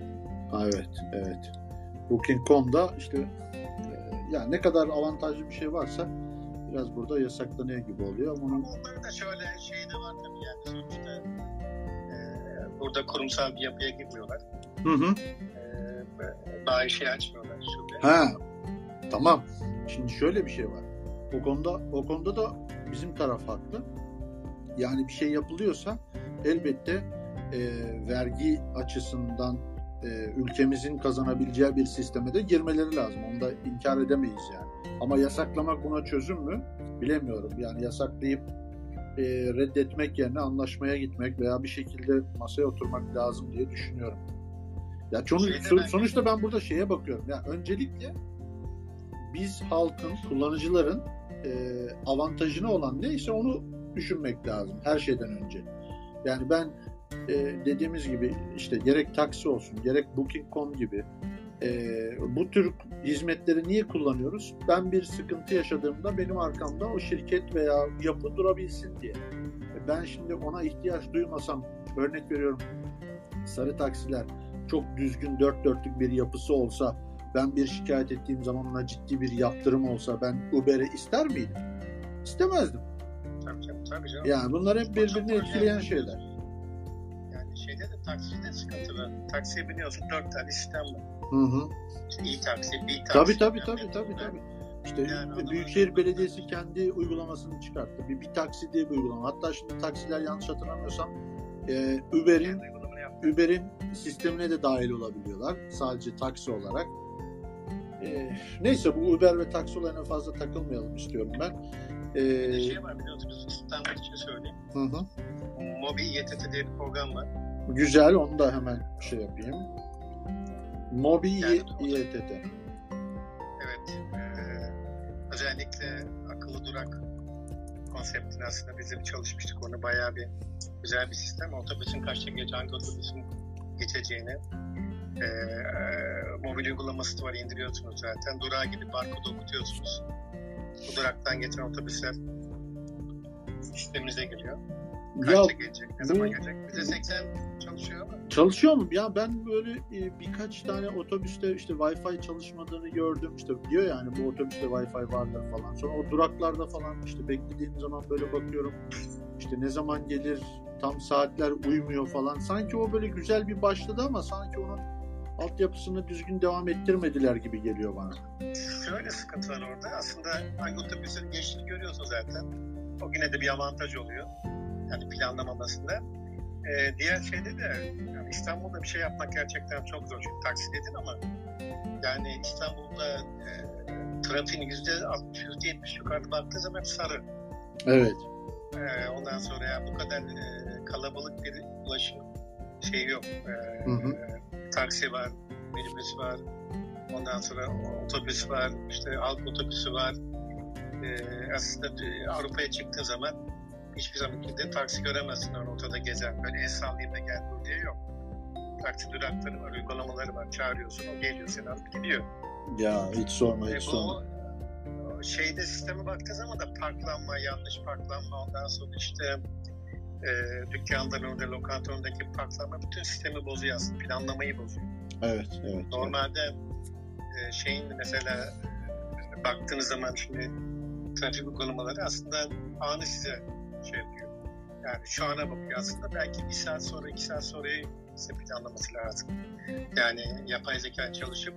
Evet, evet. Booking.com'da işte yani ne kadar avantajlı bir şey varsa biraz burada yasaklanıyor gibi oluyor. Ama onların da şöyle şey de var tabii, yani sonuçta burada kurumsal bir yapıya girmiyorlar. Hı. Daha şey açmıyorlar şube. Ha, tamam. Şimdi şöyle bir şey var. O konuda da bizim taraf haklı. Yani bir şey yapılıyorsa elbette vergi açısından ülkemizin kazanabileceği bir sisteme de girmeleri lazım. Onu da inkar edemeyiz yani. Ama yasaklamak buna çözüm mü? Bilemiyorum. Yani yasaklayıp reddetmek yerine anlaşmaya gitmek veya bir şekilde masaya oturmak lazım diye düşünüyorum. Ya sonuçta ben burada şeye bakıyorum. Yani öncelikle biz halkın, kullanıcıların avantajına olan neyse onu düşünmek lazım her şeyden önce. Yani ben dediğimiz gibi işte gerek taksi olsun, gerek Booking.com gibi bu tür hizmetleri niye kullanıyoruz? Ben bir sıkıntı yaşadığımda benim arkamda o şirket veya yapı durabilsin diye. Ben şimdi ona ihtiyaç duymasam, örnek veriyorum, sarı taksiler çok düzgün, dört dörtlük bir yapısı olsa, ben bir şikayet ettiğim zaman ona ciddi bir yaptırım olsa ben Uber'i ister miydim? İstemezdim. Tabii canım. Yani bunlar hep birbirini etkileyen şeyler. Yani şeyde de takside sıkıntılı. Taksiye biniyorsun 4 tane sistem var. Hı. İşte İ-Taksi, B-Taksi. Tabii. İşte yani Büyükşehir Belediyesi kendi uygulamasını çıkarttı. Bir taksi diye bir uygulama. Hatta şimdi taksiler yanlış hatırlamıyorsam Uber'in sistemine de dahil olabiliyorlar. Sadece taksi olarak. Neyse bu Uber ve taksi olayına fazla takılmayalım istiyorum ben. Bir şey var biliyorsunuz, İstanbul için söyleyeyim. Mobi İETT diye bir program var. Güzel, onu da hemen şey yapayım. Mobi İETT. Evet. Özellikle akıllı durak konseptini aslında biz de çalışmıştık. Onu bayağı bir güzel bir sistem. Otobüsün kaçta hangi otobüsün geçeceğini mobil uygulaması var, indiriyorsunuz zaten. Durağa gidip barkodu okutuyorsunuz. Bu duraktan geçen otobüsler sistemimize giriyor. Kaçta gelecek, ne zaman gelecek? Bize 80 çalışıyor ama. Çalışıyor mu? Ya ben böyle birkaç tane otobüste işte Wi-Fi çalışmadığını gördüm. İşte diyor yani bu otobüste Wi-Fi vardır falan. Sonra o duraklarda falan işte beklediğim zaman böyle bakıyorum. İşte ne zaman gelir, tam saatler uymuyor falan. Sanki o böyle güzel bir başladı ama sanki onun altyapısını düzgün devam ettirmediler gibi geliyor bana. Şöyle sıkıntı var orada. Aslında hangi otobüsün geçtiğini görüyorsun zaten. O yine de bir avantaj oluyor. Yani planlamamasında. Diğer şeyde de yani İstanbul'da bir şey yapmak gerçekten çok zor. Çünkü taksi dedin ama yani İstanbul'da trafiğin %60, %70 yukarıda baktığı zaman hep sarı. Evet. Ondan sonra ya bu kadar kalabalık bir ulaşım şeyi yok. Taksi var, minibüs var, ondan sonra otobüs var, işte halk otobüsü var. Aslında Avrupa'ya çıktığın zaman hiçbir zaman gidip taksi göremezsin ortada gezen. Böyle el sallayayım da gel dur diye yok. Taksi durakları var, uygulamaları var. Çağırıyorsun, o geliyor, seni alıp gidiyor. Ya hiç sorma. Bu şeyde sisteme baktığı zaman da parklanma, yanlış parklanma, ondan sonra işte dükkanların orada, lokantanındaki parklanma bütün sistemi bozuyor aslında. Planlamayı bozuyor. Evet. Normalde şeyin mesela baktığınız zaman şimdi trafik uygulamaları aslında anı size şey yapıyor. Yani şu ana bakıyor aslında. Belki 1 saat sonra 2 saat sonra size planlaması lazım. Yani yapay zeka çalışıp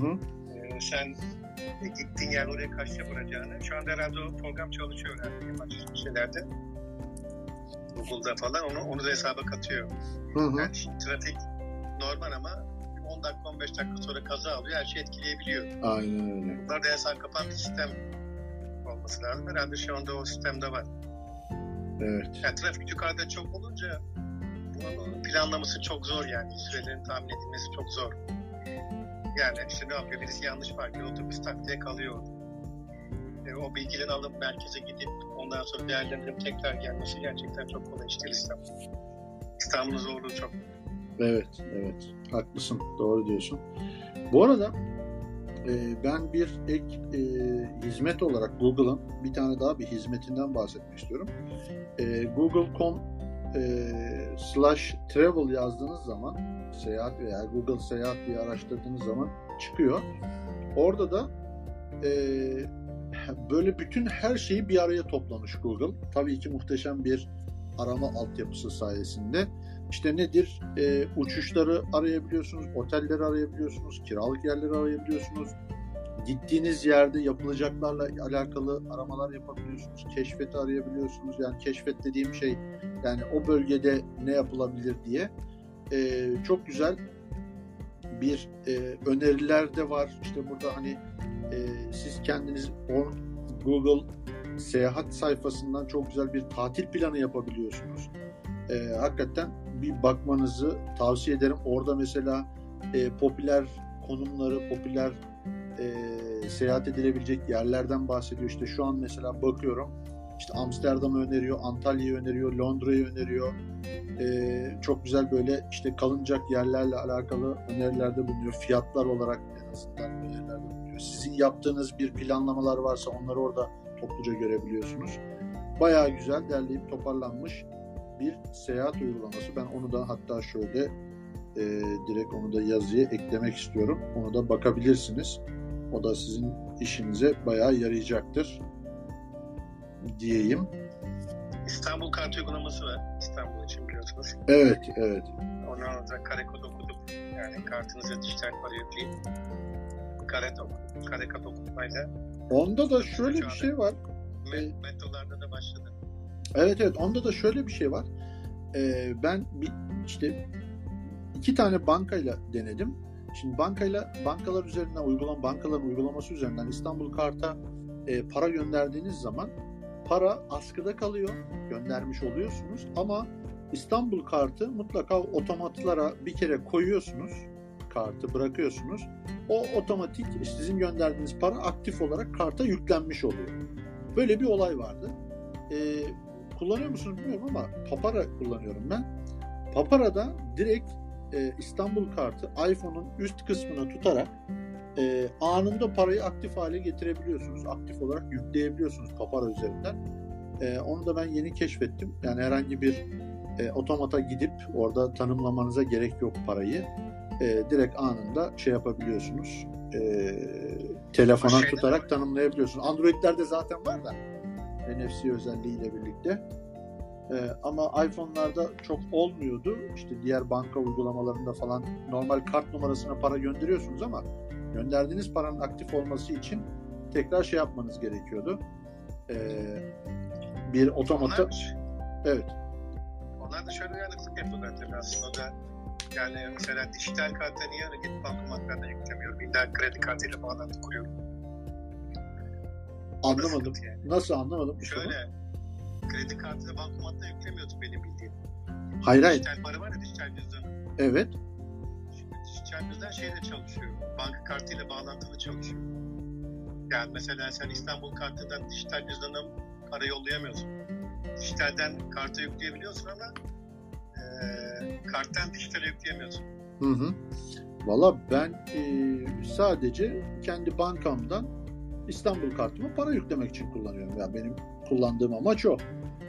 sen gittiğin yer oraya kaçta vuracağını. Şu anda herhalde o program çalışıyor herhalde şeylerde. Google'da falan onu da hesaba katıyor. Yani şimdi trafik normal ama 10 dakika 15 dakika sonra kaza alıyor. Her şey etkileyebiliyor. Aynen öyle. Bunlar da hesap kapan bir sistem olması lazım. Herhalde şu anda o sistemde var. Evet. Yani trafik yukarıda çok olunca bunun planlaması çok zor yani. Sürelerin tahmin edilmesi çok zor. Yani işte ne yapıyor? Birisi yanlış park ediyor. Otobüs tak diye kalıyor. O bilgilerin alıp merkeze gidip ondan sonra değerlendirip tekrar gelmesi gerçekten çok kolay iş değil İstanbul. İstanbul'un zorluğu çok. Evet. Haklısın. Doğru diyorsun. Bu arada ben bir ek hizmet olarak Google'ın bir tane daha bir hizmetinden bahsetmek istiyorum. Google.com/travel yazdığınız zaman seyahat veya Google Seyahat diye araştırdığınız zaman çıkıyor. Orada da böyle bütün her şeyi bir araya toplamış Google. Tabii ki muhteşem bir arama altyapısı sayesinde. İşte nedir? Uçuşları arayabiliyorsunuz, otelleri arayabiliyorsunuz, kiralık yerleri arayabiliyorsunuz. Gittiğiniz yerde yapılacaklarla alakalı aramalar yapabiliyorsunuz. Keşfeti arayabiliyorsunuz. Yani keşfet dediğim şey yani o bölgede ne yapılabilir diye. Çok güzel bir öneriler de var. İşte burada hani siz kendiniz Google seyahat sayfasından çok güzel bir tatil planı yapabiliyorsunuz. Hakikaten bir bakmanızı tavsiye ederim. Orada mesela popüler konumları, popüler seyahat edilebilecek yerlerden bahsediyor. İşte şu an mesela bakıyorum. İşte Amsterdam'ı öneriyor, Antalya'yı öneriyor, Londra'yı öneriyor. Çok güzel böyle işte kalınacak yerlerle alakalı önerilerde bulunuyor. Fiyatlar olarak en azından önerilerde bulunuyor. Sizin yaptığınız bir planlamalar varsa onları orada topluca görebiliyorsunuz. Bayağı güzel derleyip toparlanmış bir seyahat uygulaması. Ben onu da hatta şöyle direkt onu da yazıya eklemek istiyorum. Onu da bakabilirsiniz. O da sizin işinize bayağı yarayacaktır diyeyim. İstanbul kart uygulaması var. İstanbul için biliyorsunuz. Evet. Ondan da kare kod okutup yani kartınıza dijital para yükleyip kare kod okutmayla. Onda da şöyle bir şey var. Metrolarda da başladı. Evet. Onda da şöyle bir şey var. Ben işte 2 tane bankayla denedim. Şimdi bankalar üzerinden bankaların uygulaması üzerinden İstanbul Kart'a para gönderdiğiniz zaman para askıda kalıyor, göndermiş oluyorsunuz ama İstanbul Kart'ı mutlaka otomatlara bir kere koyuyorsunuz, kartı bırakıyorsunuz. O otomatik sizin gönderdiğiniz para aktif olarak karta yüklenmiş oluyor. Böyle bir olay vardı. Kullanıyor musunuz bilmiyorum ama Papara kullanıyorum ben. Papara'da direkt İstanbul Kart'ı iPhone'un üst kısmına tutarak anında parayı aktif hale getirebiliyorsunuz. Aktif olarak yükleyebiliyorsunuz Papara üzerinden. Onu da ben yeni keşfettim. Yani herhangi bir otomata gidip orada tanımlamanıza gerek yok parayı. Direkt anında şey yapabiliyorsunuz. Telefona tutarak tanımlayabiliyorsunuz. Android'lerde zaten var da NFC özelliğiyle birlikte. Ama iPhone'larda çok olmuyordu. İşte diğer banka uygulamalarında falan normal kart numarasına para gönderiyorsunuz ama gönderdiğiniz paranın aktif olması için tekrar şey yapmanız gerekiyordu. Bir otomata... Evet. Onlar da şöyle uyanıklık yapıyorlar tabii aslında. O da yani mesela dijital karta niye hareket bankomatlarına yüklemiyorum? İlla kredi kartıyla bağlantı kuruyorum. Anlamadım. Yani. Nasıl anlamadım? Şöyle kredi kartıyla bankomatla yüklemiyordu benim bildiğim. Hayır. Dijital para var ya, dijital cüzdanı. Evet. Şimdi dijital cüzdan şeyle çalışıyor. Banka kartıyla bağlantılı çalışıyor. Yani mesela sen İstanbul kartından dijital cüzdana para yollayamıyorsun. Dijitalden karta yükleyebiliyorsun ama karttan dijitale yükleyemiyorsun. Hı. Valla ben sadece kendi bankamdan İstanbul kartımı para yüklemek için kullanıyorum. Yani benim kullandığım amaç o.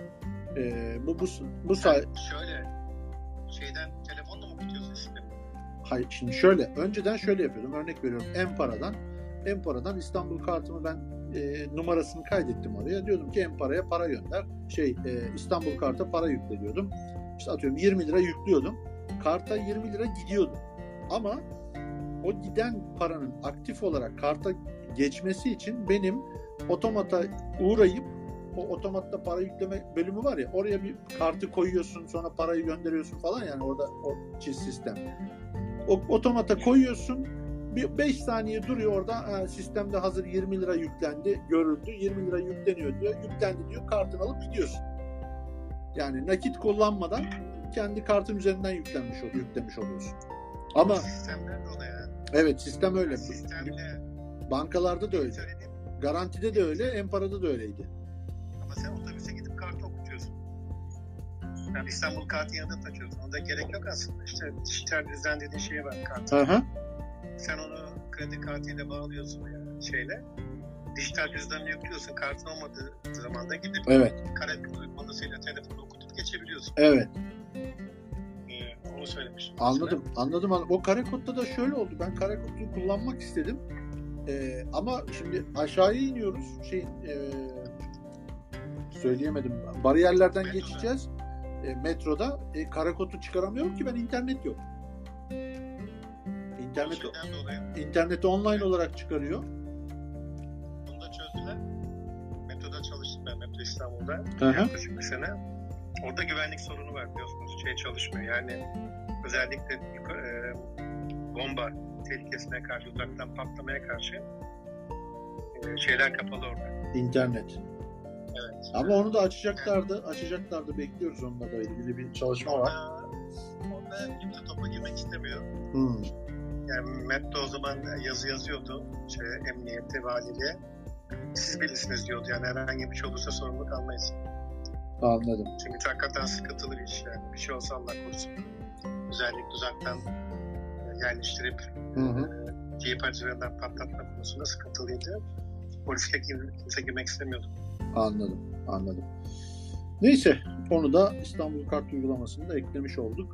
Bu şöyle şeyden telefonla mı okutuyorsun sistemi? Hayır, şimdi şöyle önceden şöyle yapıyordum. Örnek veriyorum M-Para'dan İstanbul kartımı ben numarasını kaydettim oraya. Diyordum ki M-Para'ya para gönder. İstanbul karta para yükle diyordum. İşte atıyorum 20 lira yüklüyordum. Karta 20 lira gidiyordu. Ama o giden paranın aktif olarak karta geçmesi için benim otomata uğrayıp o otomatta para yükleme bölümü var ya, oraya bir kartı koyuyorsun, sonra parayı gönderiyorsun falan, yani orada o sistem. O otomata koyuyorsun, bir 5 saniye duruyor orada, sistemde hazır 20 lira yüklendi, görüldü, 20 lira yükleniyor diyor, yüklendi diyor, kartını alıp gidiyorsun. Yani nakit kullanmadan kendi kartın üzerinden yüklemiş oluyorsun. Ama sistemler de ona yani. Evet, sistem öyle. Sistemle bankalarda da öyle. Garantide de öyle, M-Para'da da öyleydi. Ama sen otobüse gidip kartı okutuyorsun. Yani İstanbul kartı yanında taşıyorsun. Onda gerek yok aslında. İşte dijital cüzdan dediğin şeye var kartı. Hı. Sen onu kredi kartıyla bağlıyorsun yani şeyle. Dijital cüzdanını yüklüyorsun. Kartın olmadığı zaman da gidip kare kod uygulamasıyla telefonu okutup geçebiliyorsun. Evet. Onu söylemiştim. Anladım. O kare kodda da şöyle oldu. Ben kare kodu kullanmak istedim. Ama şimdi aşağıya iniyoruz. Söyleyemedim. Bariyerlerden geçeceğiz. Metroda kare kodu çıkaramıyorum ki, ben internet yok. İnterneti online olarak çıkarıyor. Bunu da çözdüler. Metroda çalıştım ben, Metro İstanbul'da. Hı-hı. Yaklaşık bir sene. Orada güvenlik sorunu var biliyorsunuz. Çalışmıyor. Yani özellikle bomba tehlikesine karşı, uzaktan patlamaya karşı şeyler kapalı orada. İnternet. Evet. Ama onu da açacaklardı. Bekliyoruz, onunla da ilgili bir çalışma var. Orada kimse topa girmek istemiyor. Yani Metro o zaman yazı yazıyordu emniyete, valiliğe. Siz bilirsiniz diyordu, yani herhangi bir şey olursa sorumluluk almayız. Anladım. Çünkü hakikaten sıkıntılı bir iş yani. Bir şey olsa Allah korusun. Özellikle uzaktan yerleştirip cihaz üzerinden patlatma konusunda sıkıntılıydı. Polisle kimse girmek istemiyordu. Anladım. Neyse, onu da İstanbul Kart uygulamasında eklemiş olduk.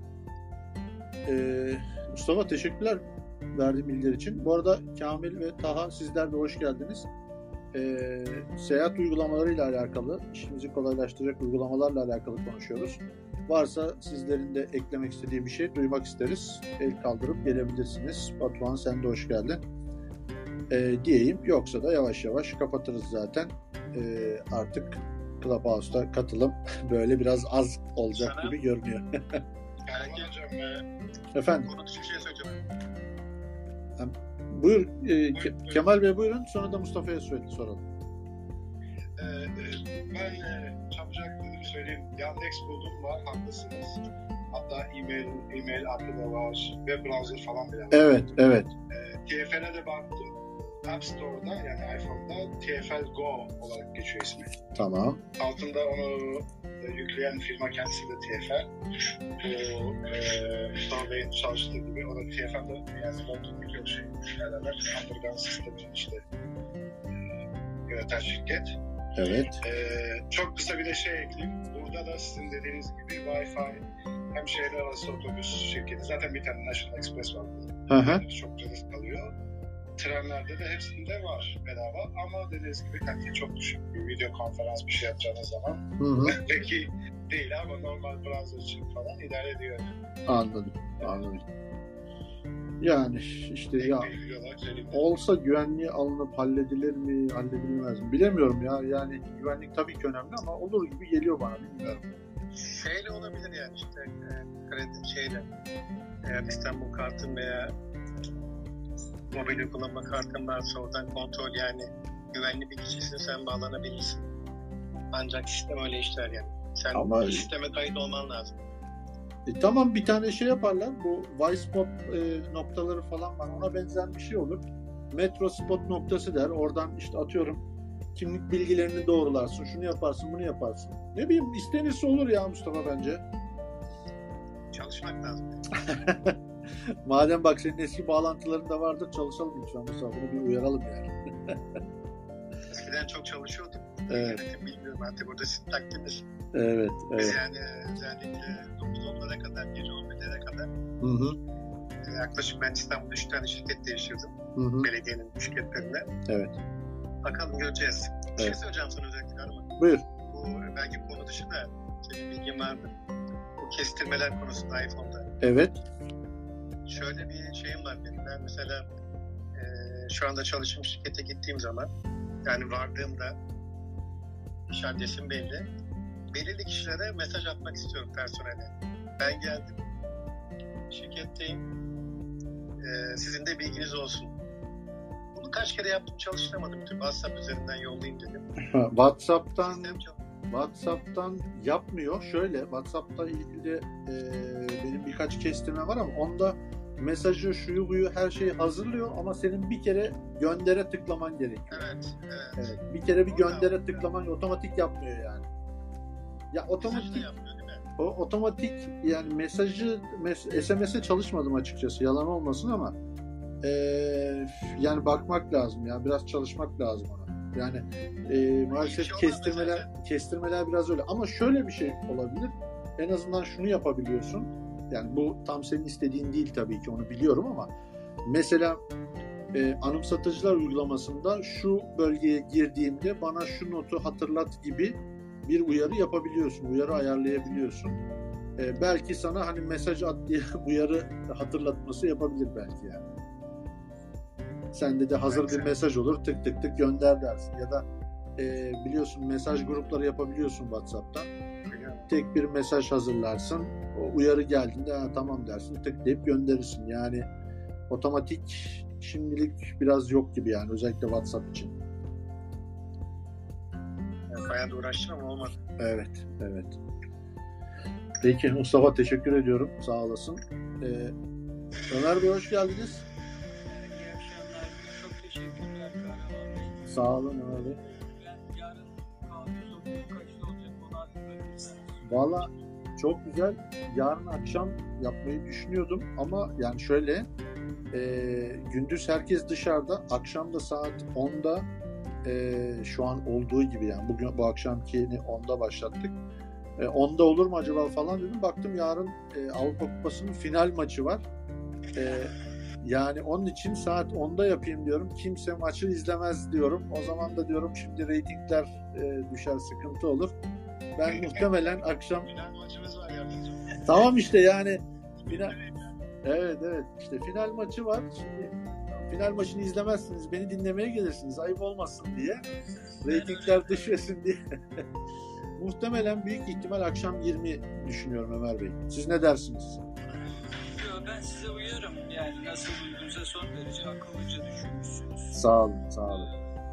Mustafa, teşekkürler verdiğin bilgiler için. Bu arada Kamil ve Taha, sizler de hoş geldiniz. Seyahat uygulamalarıyla alakalı, işimizi kolaylaştıracak uygulamalarla alakalı konuşuyoruz. Varsa sizlerin de eklemek istediği bir şey duymak isteriz. El kaldırıp gelebilirsiniz. Batuhan, sen de hoş geldin. Diyeyim. Yoksa da yavaş yavaş kapatırız zaten. Artık Clubhouse'da katılım böyle biraz az olacak gibi görünüyor. Efendim? Konu dışı bir şey söyleyeceğim. Buyur. Kemal Bey buyurun. Sonra da Mustafa'ya soralım. Ben çabucak söyleyeyim. Yandex buldum var. Haklısınız. Hatta e-mail adı da var. Web browser falan bile var. Evet. TFL'e de baktım. App Store'da, yani iPhone'da TFL Go olarak geçiyor ismi. Tamam. Altında onu yükleyen firma kendisi de TFL. Bu Mustafa Bey'in çalıştığı gibi. O da TFL'de, yani London'daki o Underground sistemin yöneten şirket. Evet. Çok kısa bir de ekleyeyim. Burada da sizin dediğiniz gibi Wi-Fi hem şehirler arası otobüs şirketi. Zaten bir tane National Express var burada. Çok cılız kalıyor. Trenlerde de hepsinde var bedava, ama dediğiniz gibi kalite çok düşük. Bir video konferans bir şey yapacağınız zaman peki değil, ama normal browser için falan idare ediyor. Anladım. Yani işte ya olsa güvenliği alınıp halledilir mi, halledilmez mi bilemiyorum ya. Yani güvenlik tabii ki önemli ama olur gibi geliyor bana, bilmiyorum. Şeyle olabilir yani, işte kredi eğer İstanbul kartın veya mobil uygulama kartın varsa oradan kontrol, yani güvenli bir kişisin, sen bağlanabilirsin. Ancak sistem öyle işler yani. Sen sisteme kayıt olman lazım. Tamam, bir tane yaparlar. Bu Wi-Spot noktaları falan var. Ona benzer bir şey olur. Metro spot noktası der. Oradan işte atıyorum kimlik bilgilerini doğrularsın. Şunu yaparsın, bunu yaparsın. Ne bileyim, istenirse olur ya Mustafa bence. Çalışmak lazım. Madem bak senin eski bağlantıların da vardır, çalışalım lütfen Mustafa. Bunu bir uyaralım yani. Eskiden çok çalışıyordum. Evet. Bilmiyorum artık, burada sizin takdiniz. Evet. Biz yani özellikle 9-10'lara kadar, gece 11'lere kadar yaklaşık ben İstanbul'da 3 tane şirket değiştirdim. Belediyenin şirketlerinde. Evet. Bakalım, göreceğiz. Bir şey söyleyeceğim sana özellikle ama. Buyur. Bu belki konu dışında senin bilgin vardır. Bu kestirmeler konusunda iPhone'da. Evet. Şöyle bir şeyim var benim. Ben mesela şu anda çalıştığım şirkete gittiğim zaman, yani vardığımda iş adresim belli. Belirli kişilere mesaj atmak istiyorum, personele. Ben geldim, şirketteyim, sizin de bilginiz olsun. Bunu kaç kere yaptım, çalıştıramadım. WhatsApp üzerinden yollayayım dedim. WhatsApp'tan yapmıyor. Şöyle, WhatsApp'ta ilgili benim birkaç kestirme var ama onda mesajı, şuyu buyu her şeyi hazırlıyor ama senin bir kere göndere tıklaman gerekiyor. Evet. Bir kere bir göndere tıklaman, otomatik yapmıyor yani. Ya otomatik yani mesajı SMS'e çalışmadım açıkçası, yalan olmasın ama yani bakmak lazım ya, biraz çalışmak lazım ona. Yani maalesef kestirmeler biraz öyle. Ama şöyle bir şey olabilir. En azından şunu yapabiliyorsun. yani bu tam senin istediğin değil tabii ki, onu biliyorum ama mesela anımsatıcılar uygulamasında şu bölgeye girdiğimde bana şu notu hatırlat gibi bir uyarı yapabiliyorsun, uyarı ayarlayabiliyorsun. Belki sana hani mesaj at diye uyarı hatırlatması yapabilir belki yani. Sende de hazır bir mesaj olur, tık tık tık gönder dersin. Ya da biliyorsun mesaj grupları yapabiliyorsun WhatsApp'tan. Tek bir mesaj hazırlarsın, o uyarı geldiğinde tamam dersin, tıklayıp gönderirsin. Yani otomatik şimdilik biraz yok gibi yani, özellikle WhatsApp için. Bayağı da uğraştım ama olmadı. Evet. Peki Mustafa, teşekkür ediyorum. Sağ olasın. Ömer Bey hoş geldiniz. İyi akşamlar. Çok teşekkürler Kahraman Bey. Sağ olun Ömer Bey. Ben yarın kahve sohbeti kaçta olacak onu hatırlatırsanız. Valla çok güzel. Yarın akşam yapmayı düşünüyordum ama yani şöyle gündüz herkes dışarıda, akşam da saat 10'da şu an olduğu gibi yani bugün bu akşamkini 10'da başlattık. 10'da olur mu acaba falan dedim. Baktım yarın Avrupa Kupası'nın final maçı var. Yani onun için saat 10'da yapayım diyorum. Kimse maçı izlemez diyorum. O zaman da diyorum şimdi reytingler düşer, sıkıntı olur. Ben muhtemelen akşam... Final maçımız var ya. Tamam işte yani final... Evet işte final maçı var. Şimdi final maçını izlemezsiniz, beni dinlemeye gelirsiniz, ayıp olmasın diye, reytingler düşmesin diye. Muhtemelen büyük ihtimal akşam 20 düşünüyorum Ömer Bey. Siz ne dersiniz? Ben size uyarım. Yani nasıl uygunsa son derece akıllıca düşünmüşsünüz. Sağ olun.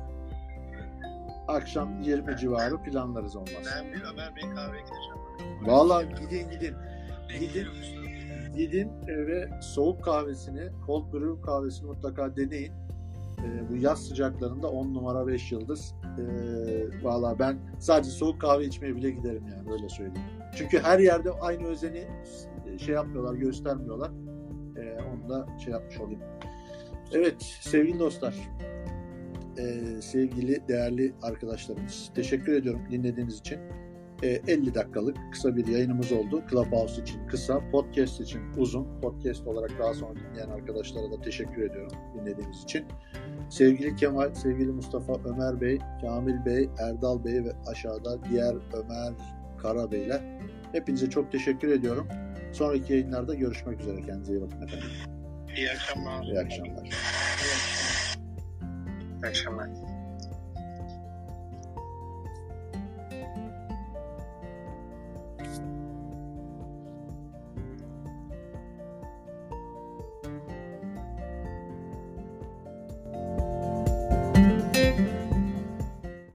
Akşam 20 civarı planlarız olmaz. Ben bir Ömer Bey kahveye gideceğim. Vallahi gidin. Beklerim Mustafa. Gidin ve soğuk kahvesini, cold brew kahvesini mutlaka deneyin. Bu yaz sıcaklarında 10 numara 5 yıldız. Vallahi ben sadece soğuk kahve içmeye bile giderim yani, öyle söyleyeyim. Çünkü her yerde aynı özeni yapmıyorlar, göstermiyorlar. Onu da yapmış olayım. Evet sevgili dostlar, sevgili değerli arkadaşlarımız, teşekkür ediyorum dinlediğiniz için. 50 dakikalık kısa bir yayınımız oldu. Clubhouse için kısa, podcast için uzun. Podcast olarak daha sonra dinleyen arkadaşlara da teşekkür ediyorum dinlediğiniz için. Sevgili Kemal, sevgili Mustafa, Ömer Bey, Kamil Bey, Erdal Bey ve aşağıda diğer Ömer Kara Beyler. Hepinize çok teşekkür ediyorum. Sonraki yayınlarda görüşmek üzere. Kendinize iyi bakın efendim. İyi akşamlar. İyi akşamlar. İyi akşamlar.